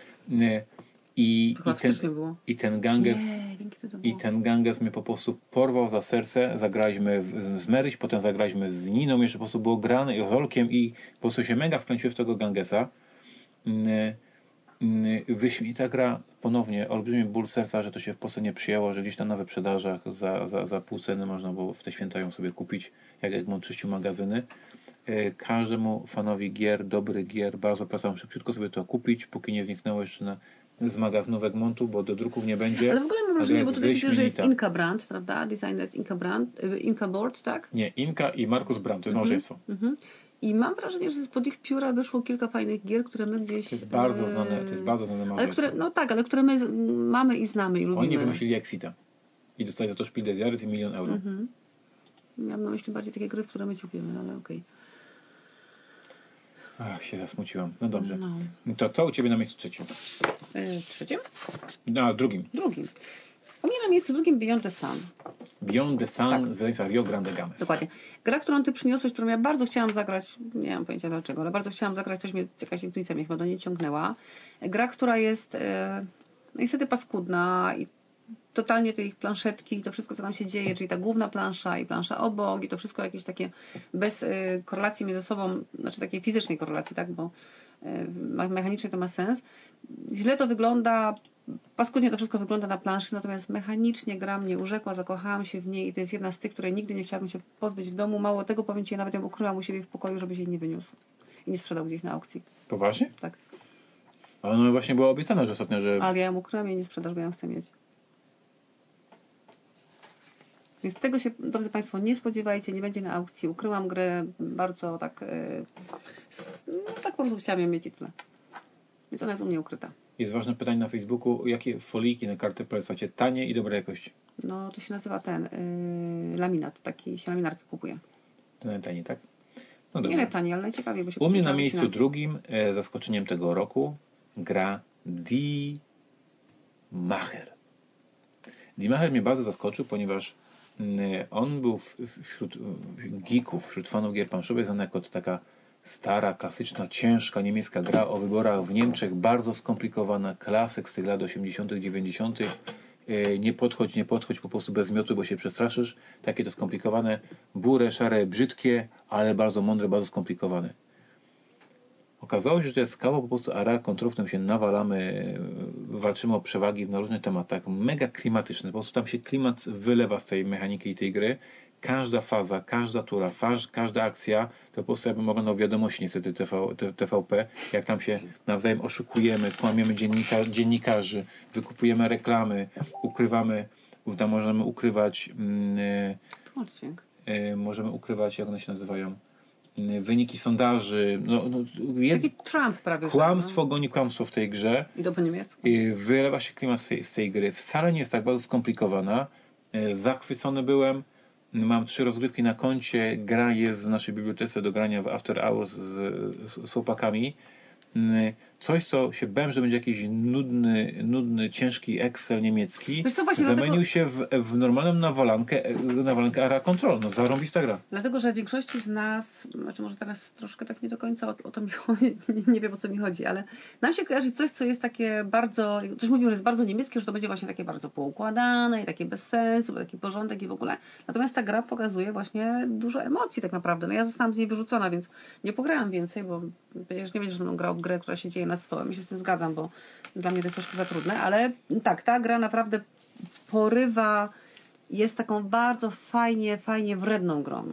I, to i, ten, było. i ten Ganges Nie, i ten Ganges mnie po prostu porwał za serce. Zagraliśmy w, z Maryś, potem zagraliśmy z Niną, jeszcze po prostu było grane i z Olkiem i po prostu się mega wkręciłem w tego Gangesa. Wyśmienita gra, ponownie olbrzymi ból serca, że to się w Polsce nie przyjęło, że gdzieś tam na wyprzedażach za, za, za pół ceny można było w te święta ją sobie kupić, jak Egmont czyścił magazyny. Każdemu fanowi gier, dobrych gier, bardzo polecam szybciutko sobie to kupić, póki nie zniknęło jeszcze na, z magazynów Egmontu, bo do druków nie będzie. Ale w ogóle mam wrażenie, bo tutaj widzę, że jest Inka Brand, prawda? Designer jest Inka Brand, Inka Board, tak? Nie, Inka i Markus Brand, to jest małżeństwo. Mm-hmm. I mam wrażenie, że spod ich pióra wyszło kilka fajnych gier, które my gdzieś... To jest bardzo znane, to jest bardzo znane małżeństwo. Ale które, no tak, ale które my z, mamy i znamy i lubimy. Oni wymyślili Exita i dostali za to Spiel des Jahres i milion euro. Mm-hmm. Miałam na myśli bardziej takie gry, w które my ciupimy, ale okej. Okay. Ach, się zasmuciłam. No dobrze. No. To co u Ciebie na miejscu trzecim? Yy, trzecim? No, drugim. Drugim. U mnie na miejscu drugim Beyond the Sun. Beyond the Sun tak. z wydawnictwa Rio Grande Game. Dokładnie. Gra, którą Ty przyniosłeś, którą ja bardzo chciałam zagrać, nie mam pojęcia dlaczego, ale bardzo chciałam zagrać, coś mnie, jakaś intuicja mnie chyba do niej ciągnęła. Gra, która jest e, niestety paskudna i totalnie te ich planszetki i to wszystko, co tam się dzieje, czyli ta główna plansza i plansza obok i to wszystko jakieś takie bez y, korelacji między sobą, znaczy takiej fizycznej korelacji, tak, bo y, mechanicznie to ma sens. Źle to wygląda, paskudnie to wszystko wygląda na planszy, natomiast mechanicznie gra mnie urzekła, zakochałam się w niej i to jest jedna z tych, której nigdy nie chciałabym się pozbyć w domu. Mało tego, powiem Ci, ja nawet ją ukryłam u siebie w pokoju, żeby się jej nie wyniósł i nie sprzedał gdzieś na aukcji. Poważnie? Tak. Ale no właśnie było obiecane, że ostatnio, że... Ale ja ją ukryłam i nie sprzedasz, bo ja ją chcę mieć. Więc tego się, drodzy Państwo, nie spodziewajcie, nie będzie na aukcji. Ukryłam grę bardzo tak, yy, no tak po prostu chciałam ją mieć i tyle. Więc ona jest u mnie ukryta. Jest ważne pytanie na Facebooku, jakie foliki na karty polecacie tanie i dobrej jakości? No to się nazywa ten, yy, laminat, taki się laminarki kupuje. To najtaniej, tak? No nie najtaniej, ale najciekawiej, bo się u mnie na miejscu wycinać. Drugim, e, zaskoczeniem tego roku, gra Die Macher. Die Macher mnie bardzo zaskoczył, ponieważ on był wśród geeków, wśród fanów gier planszowych znany jako taka stara, klasyczna, ciężka niemiecka gra o wyborach w Niemczech, bardzo skomplikowana, klasyk z tych lat osiemdziesiątych, dziewięćdziesiątych. nie podchodź, nie podchodź po prostu bez miotu, bo się przestraszysz. Takie to skomplikowane. Burę, szare, brzydkie, ale bardzo mądre, bardzo skomplikowane. Okazało się, że to jest kawał po prostu area control, w którym się nawalamy, walczymy o przewagi na różnych tematach. Mega klimatyczne. Po prostu tam się klimat wylewa z tej mechaniki i tej gry. Każda faza, każda tura, faż, każda akcja, to po prostu jakbym oglądał wiadomości niestety T V, T V P, jak tam się nawzajem oszukujemy, kłamiemy dziennika, dziennikarzy, wykupujemy reklamy, ukrywamy, tam możemy ukrywać Odcinek. yy, możemy ukrywać, jak one się nazywają, yy, wyniki sondaży. No, no, jed... Taki Trump prawie. Kłamstwo że, no. goni kłamstwo w tej grze. I to po niemiecku. Yy, wylewa się klimat z tej, z tej gry. Wcale nie jest tak bardzo skomplikowana. Yy, zachwycony byłem. Mam trzy rozgrywki na koncie. Gra jest w naszej bibliotece do grania w After Hours z, z, z chłopakami. Coś, co się bałem, że będzie jakiś nudny, nudny, ciężki Excel niemiecki. Wiesz co, właśnie zamienił dlatego... się w, w normalną nawalankę, nawalankę area control. No, zarąbista gra. Dlatego, że większości z nas, znaczy może teraz troszkę tak nie do końca o, o to mi chodzi, nie, nie wiem o co mi chodzi, ale nam się kojarzy coś, co jest takie bardzo, coś mówią, że jest bardzo niemieckie, że to będzie właśnie takie bardzo poukładane i takie bez sensu, taki porządek i w ogóle. Natomiast ta gra pokazuje właśnie dużo emocji tak naprawdę. No ja zostałam z niej wyrzucona, więc nie pograłam więcej, bo przecież nie będziesz ze mną grał w grę, która się dzieje nad stołem. Ja się z tym zgadzam, bo dla mnie to jest troszkę za trudne, ale tak, ta gra naprawdę porywa, jest taką bardzo fajnie, fajnie wredną grą.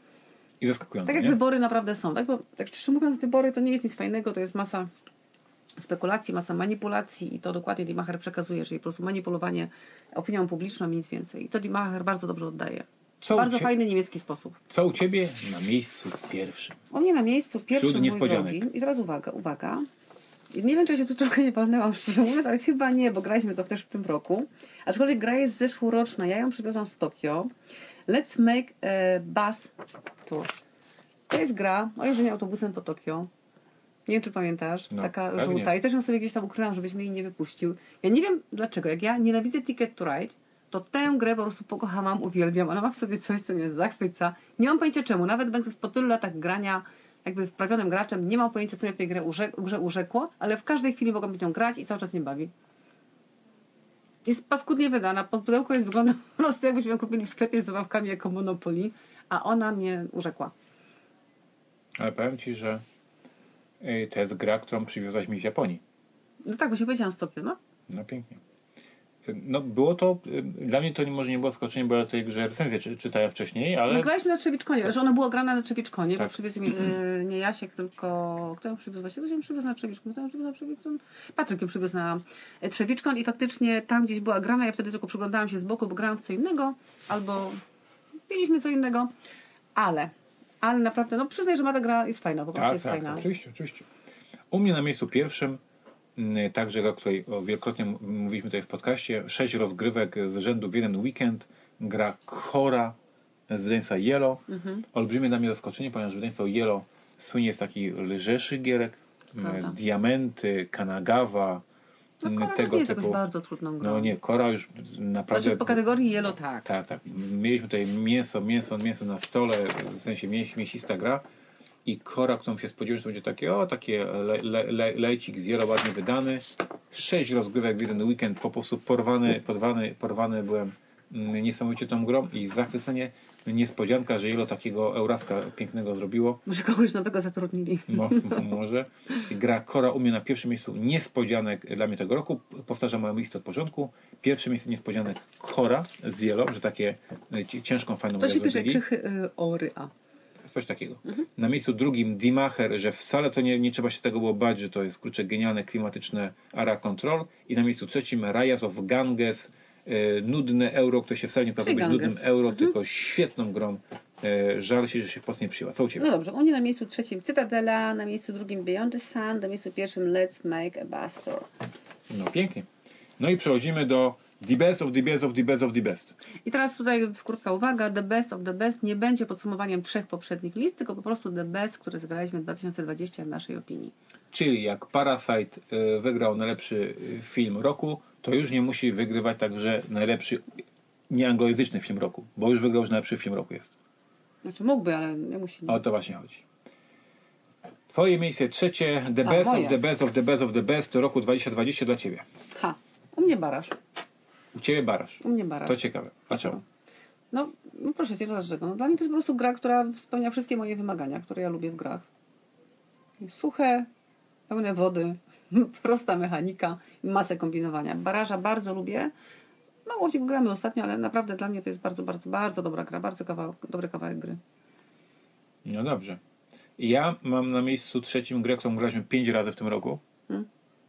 I zaskakujące. Tak jak nie? wybory naprawdę są. Tak, bo, tak szczerze mówiąc, wybory to nie jest nic fajnego, to jest masa spekulacji, masa manipulacji i to dokładnie Die Macher przekazuje, czyli po prostu manipulowanie opinią publiczną i nic więcej. I to Die Macher bardzo dobrze oddaje. Co bardzo cie... fajny niemiecki sposób. Co u Ciebie na miejscu pierwszym? U mnie na miejscu pierwszym, mój niespodzianek. drogi. I teraz uwaga, uwaga. Nie wiem, czy ja się tu trochę nie walnęłam, szczerze mówiąc, ale chyba nie, bo graliśmy to też w tym roku. Aczkolwiek gra jest zeszłoroczna. Ja ją przywiozłam z Tokio. Let's make a bus tour. To jest gra o jeżdżeniu autobusem po Tokio. Nie wiem, czy pamiętasz. No, taka pewnie. żółta. I też ją sobie gdzieś tam ukryłam, żebyś mnie jej nie wypuścił. Ja nie wiem dlaczego. Jak ja nienawidzę Ticket to Ride, to tę grę po prostu pokochałam, uwielbiam. Ona ma w sobie coś, co mnie zachwyca. Nie mam pojęcia czemu. Nawet będąc po tylu latach grania jakby wprawionym graczem, nie mam pojęcia, co mnie w tej grze, urzek- grze urzekło, ale w każdej chwili mogłam nią grać i cały czas mnie bawi. Jest paskudnie wydana. Pudełko jest wygląda po prostu jakbyśmy ją kupili w sklepie z zabawkami jako Monopoly, a ona mnie urzekła. Ale powiem Ci, że to jest gra, którą przywiozłaś mi z Japonii. No tak, bo się powiedziałam z Tokio, no. No pięknie. No było to, dla mnie to może nie było zaskoczenie, bo ja tej grze recenzję czy, czytałem wcześniej, ale... No graliśmy na Trzewiczkonie, tak. Że ona była grana na Trzewiczkonie, tak. Bo przywiózł mi yy, nie Jasiek, tylko... Kto ją przywiózł? Właśnie to się przywiózł na Trzewiczkon. Kto ją przywiózł na Trzewiczkon? Patryk ją przywiózł na Trzewiczkon i faktycznie tam gdzieś była grana, ja wtedy tylko przyglądałam się z boku, bo grałam w co innego, albo piliśmy co innego, ale... Ale naprawdę, no przyznaj, że ma ta gra jest fajna, po prostu tak, jest tak, fajna. Oczywiście, oczywiście. U mnie na miejscu pierwszym, także o której wielokrotnie mówiliśmy tutaj w podcaście, sześć rozgrywek z rzędu w jeden weekend, gra Kora z wydawnictwa Yellow. Mhm. Olbrzymie dla mnie zaskoczenie, ponieważ wydawnictwo Yellow słynie z takich lżejszych gierek, Prawda. Diamenty, Kanagawa, no, Kora tego nie jest typu. Jakoś bardzo trudną grą. No nie, Kora już naprawdę... Znaczy po kategorii Yellow tak. Tak, tak. Mieliśmy tutaj mięso, mięso, mięso na stole, w sensie mięs, mięsista gra i Kora, którą się spodziewałem, że to będzie takie, o, takie le, le, le, lejcik z Yellow ładnie wydany. Sześć rozgrywek w jeden weekend, po prostu porwany, porwany, porwany byłem niesamowicie tą grą i zachwycenie, niespodzianka, że Yellow takiego Euraska pięknego zrobiło. Może kogoś nowego zatrudnili. Mo, może. Gra Kora u mnie na pierwszym miejscu niespodzianek dla mnie tego roku. Powtarzam moją listę od początku. Pierwsze miejsce niespodzianek Kora z Yellow, że takie ciężką, fajną grę zrobili. To się pisze zrobili. Kych Ory A. Coś takiego. Mhm. Na miejscu drugim Die Macher, że wcale to nie, nie trzeba się tego było bać, że to jest kurczę genialne, klimatyczne area control. I na miejscu trzecim Rise of Ganges, e, nudne euro, które się wcale nie okazało być nudnym euro, mhm. tylko świetną grą. E, żal się, że się w Polsce nie przyjęła. Co u Ciebie? No dobrze, u mnie na miejscu trzecim Cytadela, na miejscu drugim Beyond the Sun, na miejscu pierwszym Let's Make a Bus Tour. No pięknie. No i przechodzimy do The Best of the Best of the Best of the Best. I teraz tutaj krótka uwaga, The Best of the Best nie będzie podsumowaniem trzech poprzednich list, tylko po prostu The Best, które zagraliśmy w dwa tysiące dwudziestym w naszej opinii. Czyli jak Parasite wygrał najlepszy film roku, to już nie musi wygrywać także najlepszy nieanglojęzyczny film roku, bo już wygrał, że najlepszy film roku jest. Znaczy mógłby, ale nie musi. Nie. O to właśnie chodzi. Twoje miejsce trzecie, The Best A, of the Best of the Best of the Best roku dwa tysiące dwudziestego dla Ciebie. Ha, u mnie Baraż. U Ciebie baraż. U mnie baraż. To ciekawe. Dlaczego? No, no proszę Cię, dlaczego? No, dla mnie to jest po prostu gra, która spełnia wszystkie moje wymagania, które ja lubię w grach. Suche, pełne wody, prosta mechanika i masę kombinowania. Baraża bardzo lubię. Mało w niego gramy ostatnio, ale naprawdę dla mnie to jest bardzo, bardzo, bardzo dobra gra. Bardzo kawałek, dobry kawałek gry. No dobrze. Ja mam na miejscu trzecim grę, którą graliśmy pięć razy w tym roku. Hmm?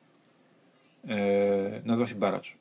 Eee, nazywa się Baracz.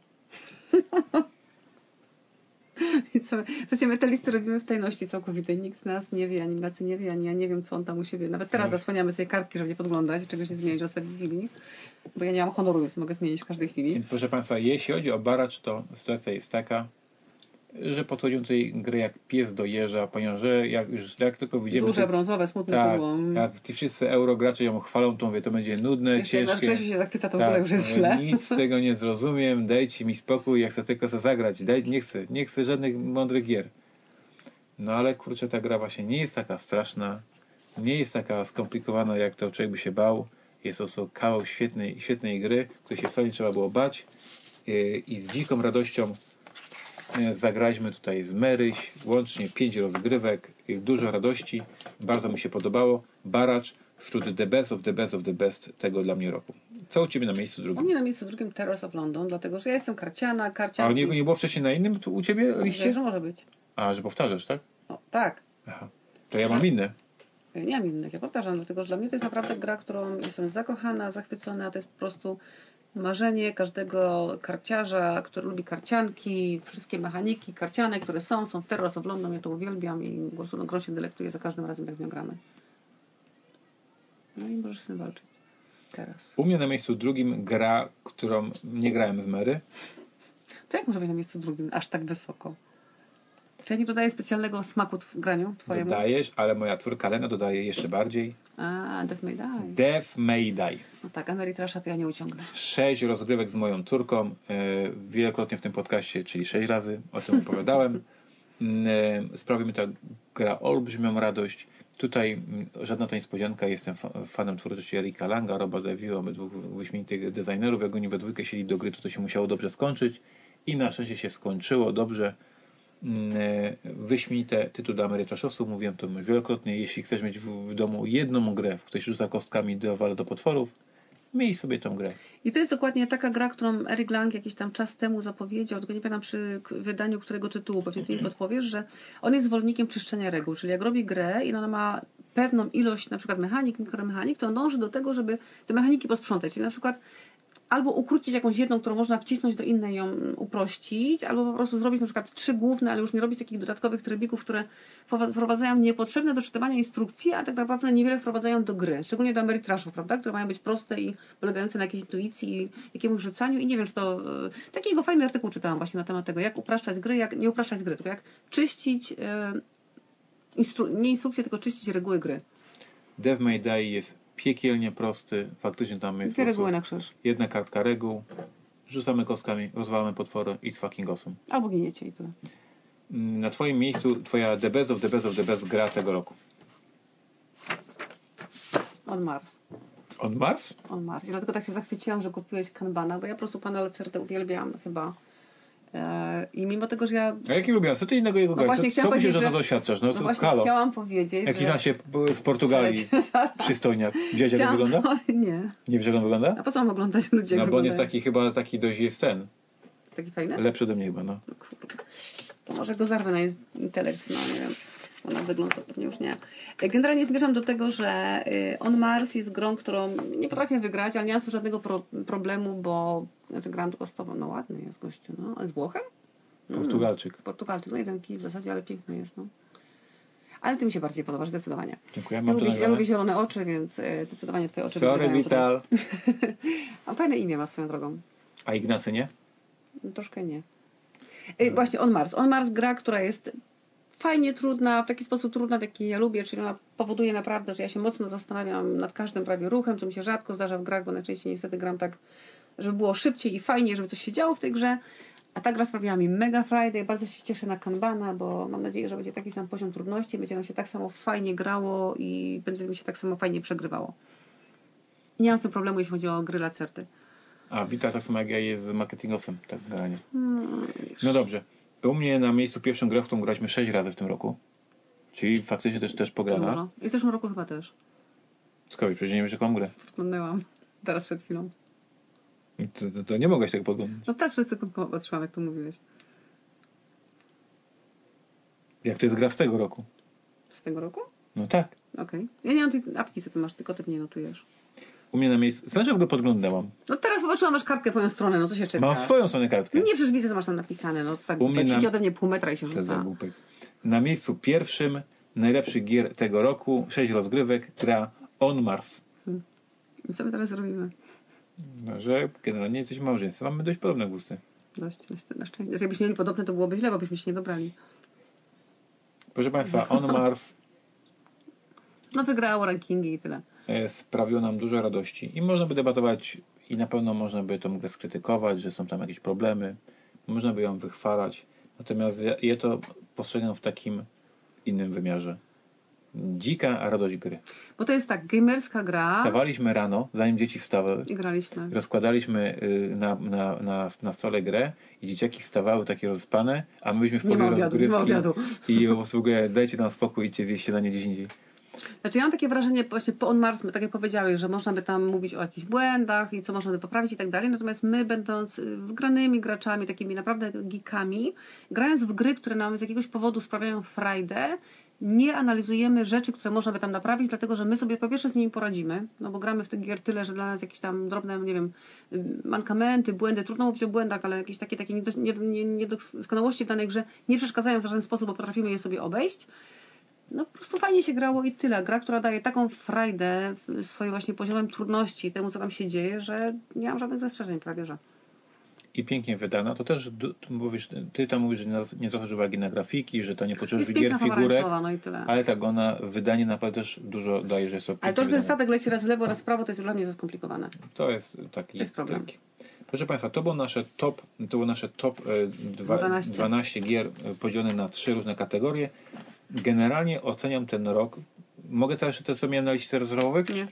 I co, co my te listy robimy w tajności całkowitej. Nikt z nas nie wie, ani Ignacy nie wie, ani ja nie wiem, co on tam u siebie. Nawet teraz no. zasłaniamy sobie kartki, żeby nie podglądać, czegoś nie zmienić w ostatniej chwili. Bo ja nie mam honoru, więc mogę zmienić w każdej chwili. Więc proszę Państwa, jeśli chodzi o Baracz, to sytuacja jest taka, że podchodzą tej gry jak pies do jeża, ponieważ jak już jak tylko widzimy... Duże, brązowe, smutne tak, pudło. Jak ci wszyscy eurogracze ją chwalą, to mówię, to będzie nudne, Jeszcze ciężkie. Jeszcze Grzesiu się zachwyca, to tak, w ogóle już jest źle. Nic z tego nie zrozumiem, dajcie mi spokój, jak chcę tylko chcę zagrać. Daj, nie chcę, nie chcę żadnych mądrych gier. No ale kurczę, ta gra właśnie nie jest taka straszna, nie jest taka skomplikowana, jak to człowiek by się bał. Jest to prostu kawał świetnej, świetnej gry, której się wcale nie trzeba było bać. I z dziką radością zagraliśmy tutaj z Maryś, łącznie pięć rozgrywek, dużo radości, bardzo mi się podobało. Baracz wśród the best of the best of the best tego dla mnie roku. Co u Ciebie na miejscu drugim? U mnie na miejscu drugim Terrors of London, dlatego że ja jestem karciana, karcianki. A niego nie było wcześniej na innym u Ciebie liście? Myślę, że może być. A, że powtarzasz, tak? O, tak. Aha. To ja mam inne. Ja nie mam innych, ja powtarzam, dlatego że dla mnie to jest naprawdę gra, którą jestem zakochana, zachwycona, to jest po prostu marzenie każdego karciarza, który lubi karcianki, wszystkie mechaniki karciane, które są, są w Terrors of London, ja to uwielbiam i po prostu no, gro się delektuje za każdym razem, jak w nią gramy. No i możesz z tym walczyć. Teraz. U mnie na miejscu drugim gra, którą nie grałem z Mary. To jak może być na miejscu drugim aż tak wysoko? Czy ja nie dodaję specjalnego smaku w graniu twojemu? Dodajesz, ale moja córka Lena dodaje jeszcze bardziej. A, Death May Die. Death May Die. No tak, Ameritrasza to ja nie uciągnę. Sześć rozgrywek z moją córką. Wielokrotnie w tym podcaście, czyli sześć razy o tym opowiadałem. Sprawi mi ta gra olbrzymią radość. Tutaj żadna to niespodzianka. Jestem fanem twórczości Erika Langa, Roba DeVille, obydwu wyśmienitych designerów. Jak oni we dwójkę siedli do gry, to to się musiało dobrze skończyć. I na szczęście się skończyło dobrze. Wyśmienite tytuł dla Amerytraszowców. Mówiłem to już wielokrotnie. Jeśli chcesz mieć w, w domu jedną grę, w której się rzuca kostkami do wale do potworów, miej sobie tą grę. I to jest dokładnie taka gra, którą Eric Lang jakiś tam czas temu zapowiedział, tylko nie pamiętam przy wydaniu którego tytułu, pewnie ty mi podpowiesz, że on jest zwolennikiem czyszczenia reguł, czyli jak robi grę i ona ma pewną ilość na przykład mechanik, mikromechanik, to on dąży do tego, żeby te mechaniki posprzątać. Czyli na przykład albo ukrócić jakąś jedną, którą można wcisnąć do innej, ją uprościć, albo po prostu zrobić na przykład trzy główne, ale już nie robić takich dodatkowych trybików, które wprowadzają niepotrzebne do czytywania instrukcji, a tak naprawdę niewiele wprowadzają do gry. Szczególnie do Ameritraszów, prawda? Które mają być proste i polegające na jakiejś intuicji i jakiemuś rzucaniu. I nie wiem, czy to... Takiego fajny artykuł czytałam właśnie na temat tego, jak upraszczać gry, jak nie upraszczać gry, tylko jak czyścić yy, instru- nie instrukcje, tylko czyścić reguły gry. Death May Die jest piekielnie prosty, faktycznie tam jest dwie reguły na krzyż. Jedna kartka reguł, rzucamy kostkami, rozwalamy potwory i fucking awesome. Albo giniecie i tyle. Na Twoim miejscu Twoja the best of the best of the best gra tego roku. On Mars. On Mars? On Mars. I dlatego tak się zachwyciłam, że kupiłeś Kanbana, bo ja po prostu pana Lacertę uwielbiam chyba. I mimo tego, że ja... A jaki lubię? Co ty innego jego no grać? Co, co myślisz, że to doświadczasz? No, no co, właśnie halo. chciałam powiedzieć, Jaki że... zna się z Portugalii przystojniak. Widziałeś, jak on wygląda? Nie. Nie wiesz, jak on wygląda? A po co mam oglądać ludzi, No jak bo on wyglądają? jest taki chyba taki dość jest ten. Taki fajny? Lepszy ode mnie chyba, no. No kurde. To może go zarwę na intelekt, no nie wiem. Bo na wygląd to pewnie już nie. Generalnie zmierzam do tego, że On Mars jest grą, którą nie potrafię wygrać, ale nie mam tu żadnego pro- problemu, bo znaczy grałam tylko z tobą. No ładny jest gościu, no. Ale z Włochem? Portugalczyk. Hmm. Portugalczyk, no jeden kij w zasadzie, ale piękny jest, no. Ale ty mi się bardziej podobasz, zdecydowanie. Dziękuję. Ja Mam lubię, to ja lubię zielone oczy, więc zdecydowanie twoje oczy Sorry, Vital. A fajne imię ma swoją drogą. A Ignacy nie? No, troszkę nie. Hmm. Właśnie On Mars. On Mars gra, która jest fajnie trudna, w taki sposób trudna, w jaki ja lubię, czyli ona powoduje naprawdę, że ja się mocno zastanawiam nad każdym prawie ruchem, co mi się rzadko zdarza w grach, bo najczęściej niestety gram tak, żeby było szybciej i fajniej, żeby coś się działo w tej grze. A ta gra sprawiła mi mega frajdę. Bardzo się cieszę na Kanbana, bo mam nadzieję, że będzie taki sam poziom trudności, będzie nam się tak samo fajnie grało i będzie mi się tak samo fajnie przegrywało. Nie mam z tym problemu, jeśli chodzi o gry Lacerty. A Wita tak samo jak ja jest marketingowcem, tak generalnie. Hmm, No dobrze. U mnie na miejscu pierwszym grę, w którą graliśmy sześć razy w tym roku. Czyli faktycznie też, też pograna. Dużo. I w zeszłym roku chyba też. Skoro przecież nie wiesz, jaką grę. Podglądałam. Teraz przed chwilą. To, to, to nie mogłaś tego podglądać. No teraz przed sekundką patrzyłam, jak to mówiłeś. Jak to jest gra z tego roku? Z tego roku? No tak. Okej. Okay. Ja nie mam tej apki, co ty masz, tylko ty mnie notujesz. U mnie na miejscu... Znaczy, w ogóle podglądałam. No teraz popatrzyłam, masz kartkę w moją stronę, no co się czeka? Mam swoją stronę kartkę. Nie, przecież widzę, co masz tam napisane. No tak, U mnie na... na... ode mnie pół metra i się Co za rzuca. głupek. Na miejscu pierwszym najlepszych gier tego roku, sześć rozgrywek, gra On Mars. Hmm. I co my teraz robimy? No, że generalnie jesteśmy małżeństwem. Mamy dość podobne gusty. Dość, na szczęście. Jakbyśmy mieli podobne, to byłoby źle, bo byśmy się nie dobrali. Proszę Państwa, On Mars no wygrało rankingi i tyle. Sprawiło nam dużo radości. I można by debatować i na pewno można by tą grę skrytykować, że są tam jakieś problemy. Można by ją wychwalać. Natomiast ja, ja to postrzegam w takim innym wymiarze. Dzika radość gry. Bo to jest tak, gamerska gra. Wstawaliśmy rano, zanim dzieci wstawały. I graliśmy. Rozkładaliśmy na, na, na, na stole grę i dzieciaki wstawały takie rozspane, a my byliśmy w połowie rozgrywki i po prostu w ogóle dajcie nam spokój, idźcie zjeść śniadanie gdzieś indziej. Znaczy ja mam takie wrażenie właśnie po On Mars, tak jak powiedziałeś, że można by tam mówić o jakichś błędach i co można by poprawić i tak dalej, natomiast my będąc wgranymi graczami, takimi naprawdę geekami, grając w gry, które nam z jakiegoś powodu sprawiają frajdę, nie analizujemy rzeczy, które można by tam naprawić, dlatego że my sobie po pierwsze z nimi poradzimy, no bo gramy w tych gier tyle, że dla nas jakieś tam drobne, nie wiem, mankamenty, błędy, trudno mówić o błędach, ale jakieś takie, takie niedoskonałości w danej grze nie przeszkadzają w żaden sposób, bo potrafimy je sobie obejść. No po prostu fajnie się grało i tyle. Gra, która daje taką frajdę swoim właśnie poziomem trudności temu, co tam się dzieje, że nie mam żadnych zastrzeżeń prawie, że. I pięknie wydana. To też mówisz, ty tam mówisz, że nie zwracasz uwagi na grafiki, że to nie potrzebujesz gier, figurek, no i tyle. ale tak, ona wydanie naprawdę też dużo daje, że jest to pięknie Ale to, że ten wydane. statek leci raz w lewo, raz w prawo, to jest dla mnie za skomplikowane. To jest taki... To jest problem. Taki. Proszę Państwa, to było nasze top, to było nasze top dwa, dwanaście. dwanaście gier podzielone na trzy różne kategorie. Generalnie oceniam ten rok. Mogę teraz to, co miałem na liście rezerwowych? Nie.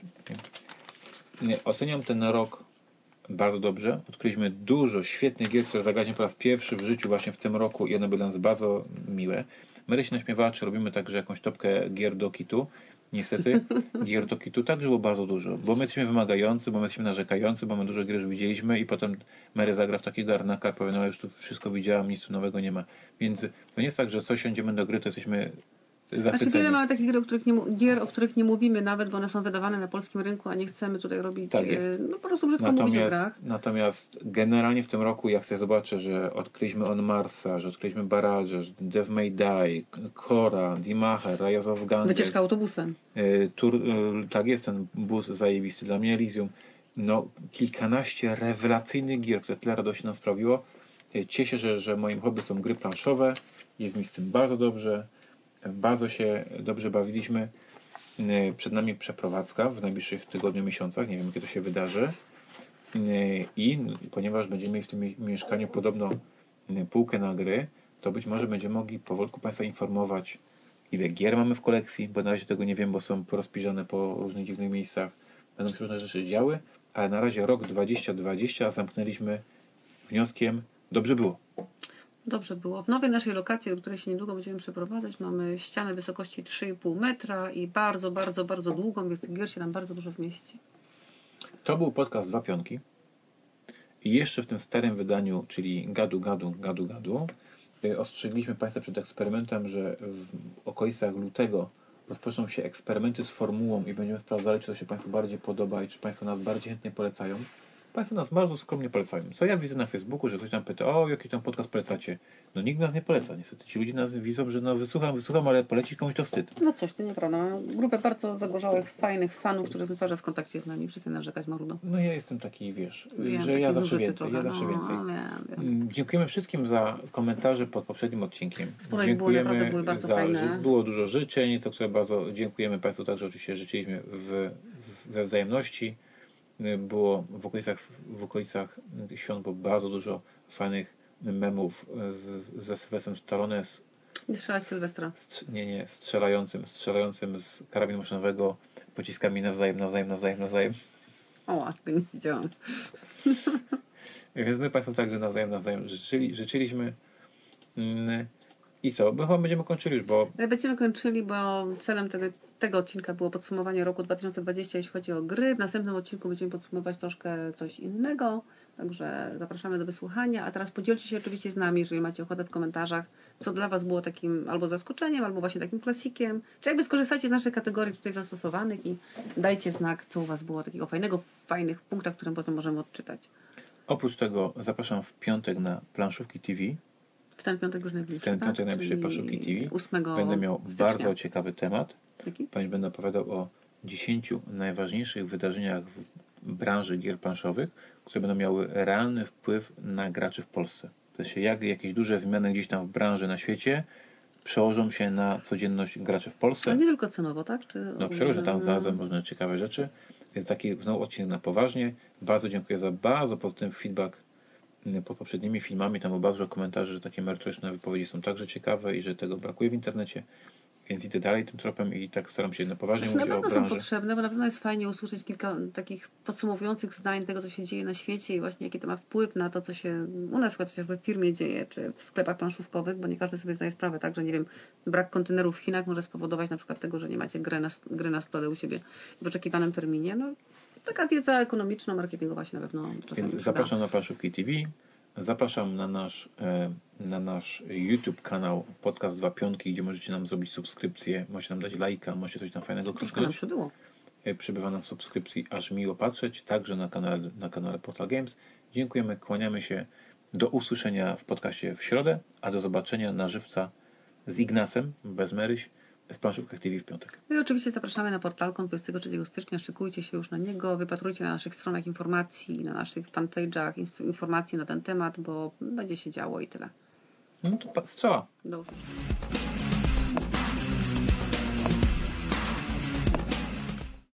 Nie. Oceniam ten rok bardzo dobrze. Odkryliśmy dużo świetnych gier, które zagraliśmy po raz pierwszy w życiu właśnie w tym roku i one były dla nas bardzo miłe. My się naśmiewała, czy robimy także jakąś topkę gier do kitu. Niestety gier do kitu także było bardzo dużo, bo my jesteśmy wymagający, bo my jesteśmy narzekający, bo my dużo gier już widzieliśmy i potem Mary zagra w takiego garnaka, powie, no już tu wszystko widziałam, nic tu nowego nie ma. Więc to nie jest tak, że coś siądziemy do gry, to jesteśmy zachwyceni. Znaczy wiele mamy takich gier o, których nie, gier, o których nie mówimy nawet, bo one są wydawane na polskim rynku, a nie chcemy tutaj robić, tak jest. no po prostu brzydko natomiast, mówić o grach. Natomiast generalnie w tym roku, jak sobie zobaczę, że odkryliśmy On Marsa, że odkryliśmy Barrage, że Death May Die, Cora, Dimacher, Rise of Ganges. Wycieczka autobusem. Y, tur, y, tak jest, ten bus zajebisty dla mnie, Elysium. No, kilkanaście rewelacyjnych gier, które tyle radości nam sprawiło. Y, cieszę się, że, że moim hobby są gry planszowe. Jest mi z tym bardzo dobrze. Bardzo się dobrze bawiliśmy. Przed nami przeprowadzka w najbliższych tygodniu, miesiącach. Nie wiem, kiedy to się wydarzy. I ponieważ będziemy mieli w tym mieszkaniu podobno półkę na gry, to być może będziemy mogli powolutku Państwa informować, ile gier mamy w kolekcji, bo na razie tego nie wiem, bo są porozpiżane po różnych dziwnych miejscach. Będą się różne rzeczy działy, ale na razie rok dwadzieścia dwadzieścia zamknęliśmy wnioskiem, dobrze było. Dobrze było. W nowej naszej lokacji, do której się niedługo będziemy przeprowadzać, mamy ścianę wysokości trzy i pół metra i bardzo, bardzo, bardzo długą, więc tych gier się nam bardzo dużo zmieści. To był podcast Dwa Pionki. I jeszcze w tym starym wydaniu, czyli gadu, gadu, gadu, gadu, ostrzegliśmy Państwa przed eksperymentem, że w okolicach lutego rozpoczną się eksperymenty z formułą i będziemy sprawdzali, czy to się Państwu bardziej podoba i czy Państwo nas bardziej chętnie polecają. Państwo nas bardzo skromnie polecają. Co ja widzę na Facebooku, że ktoś tam pyta, o, jaki tam podcast polecacie? No nikt nas nie poleca, niestety. Ci ludzie nas widzą, że no wysłucham, wysłucham, ale polecić komuś to wstyd. No coś, to nieprawda. Mam grupę bardzo zagorzałych, fajnych fanów, którzy są cały czas w kontakcie z nami. Wszyscy narzekać marudą. No ja jestem taki, wiesz, wiem, że ja zawsze więcej. Trochę. Ja zawsze no, więcej. Wiem, wiem. Dziękujemy wszystkim za komentarze pod poprzednim odcinkiem. Sporej było, naprawdę były bardzo za, fajne. Było dużo życzeń, to które bardzo dziękujemy Państwu także oczywiście życzyliśmy w, w, we wzajemności. Było w okolicach, w okolicach świąt było bardzo dużo fajnych memów z, ze Sylwestrem Stallone. Z, nie strzelać Sylwestra. Z, nie, nie, strzelającym, strzelającym z karabinu maszynowego pociskami nawzajem, nawzajem, nawzajem, nawzajem. O, tego nie widziałam. Więc my Państwu także nawzajem, nawzajem życzyli, życzyliśmy. I co? My chyba będziemy kończyli już, bo... Będziemy kończyli, bo celem tego, tego odcinka było podsumowanie roku dwa tysiące dwudziestego, jeśli chodzi o gry. W następnym odcinku będziemy podsumować troszkę coś innego, także zapraszamy do wysłuchania. A teraz podzielcie się oczywiście z nami, jeżeli macie ochotę, w komentarzach, co dla Was było takim albo zaskoczeniem, albo właśnie takim klasikiem. Czy jakby skorzystacie z naszych kategorii tutaj zastosowanych i dajcie znak, co u Was było takiego fajnego, w fajnych punktach, które potem możemy odczytać. Oprócz tego zapraszam w piątek na Planszówki T V. W ten piątek już najbliższy, W ten piątek tak? najbliższej Planszówki T V. ósmego Będę miał stycznia. bardzo ciekawy temat. Jaki? Ponieważ będę opowiadał o dziesięciu najważniejszych wydarzeniach w branży gier planszowych, które będą miały realny wpływ na graczy w Polsce. To jest jak jakieś duże zmiany gdzieś tam w branży na świecie przełożą się na codzienność graczy w Polsce. Ale nie tylko cenowo, tak? Czy... No przeróżne tam znalazłem różne ciekawe rzeczy, więc taki znowu odcinek na poważnie. Bardzo dziękuję za bardzo pozytywny feedback pod poprzednimi filmami. Tam było bardzo dużo komentarzy, że takie merytoryczne wypowiedzi są także ciekawe i że tego brakuje w internecie. Więc idę dalej tym tropem i tak staram się na poważnie Znaczy, mówić na o pewno branży. są potrzebne, bo na pewno jest fajnie usłyszeć kilka takich podsumowujących zdań tego, co się dzieje na świecie i właśnie jaki to ma wpływ na to, co się u nas chociażby w firmie dzieje, czy w sklepach planszówkowych, bo nie każdy sobie zdaje sprawę, tak, że nie wiem, brak kontenerów w Chinach może spowodować na przykład tego, że nie macie gry na, gry na stole u siebie w oczekiwanym terminie. No, taka wiedza ekonomiczno-marketingowa się na pewno czasami Więc zapraszam na Planszówki T V. Zapraszam na nasz, na nasz YouTube kanał Podcast Dwa Pionki, gdzie możecie nam zrobić subskrypcję, możecie nam dać lajka, możecie coś tam fajnego kliknąć. przybyło. Przybywa nam subskrypcji, aż miło patrzeć, także na kanale, na kanale Portal Games. Dziękujemy, kłaniamy się. Do usłyszenia w podcaście w środę, a do zobaczenia na żywca z Ignacem, bez Meryś, w Planszówkach T V w piątek. No i oczywiście zapraszamy na Portalkon dwudziestego trzeciego stycznia. Szykujcie się już na niego. Wypatrujcie na naszych stronach informacji, na naszych fanpage'ach informacji na ten temat, bo będzie się działo i tyle. No to strzała. Do usłyszenia.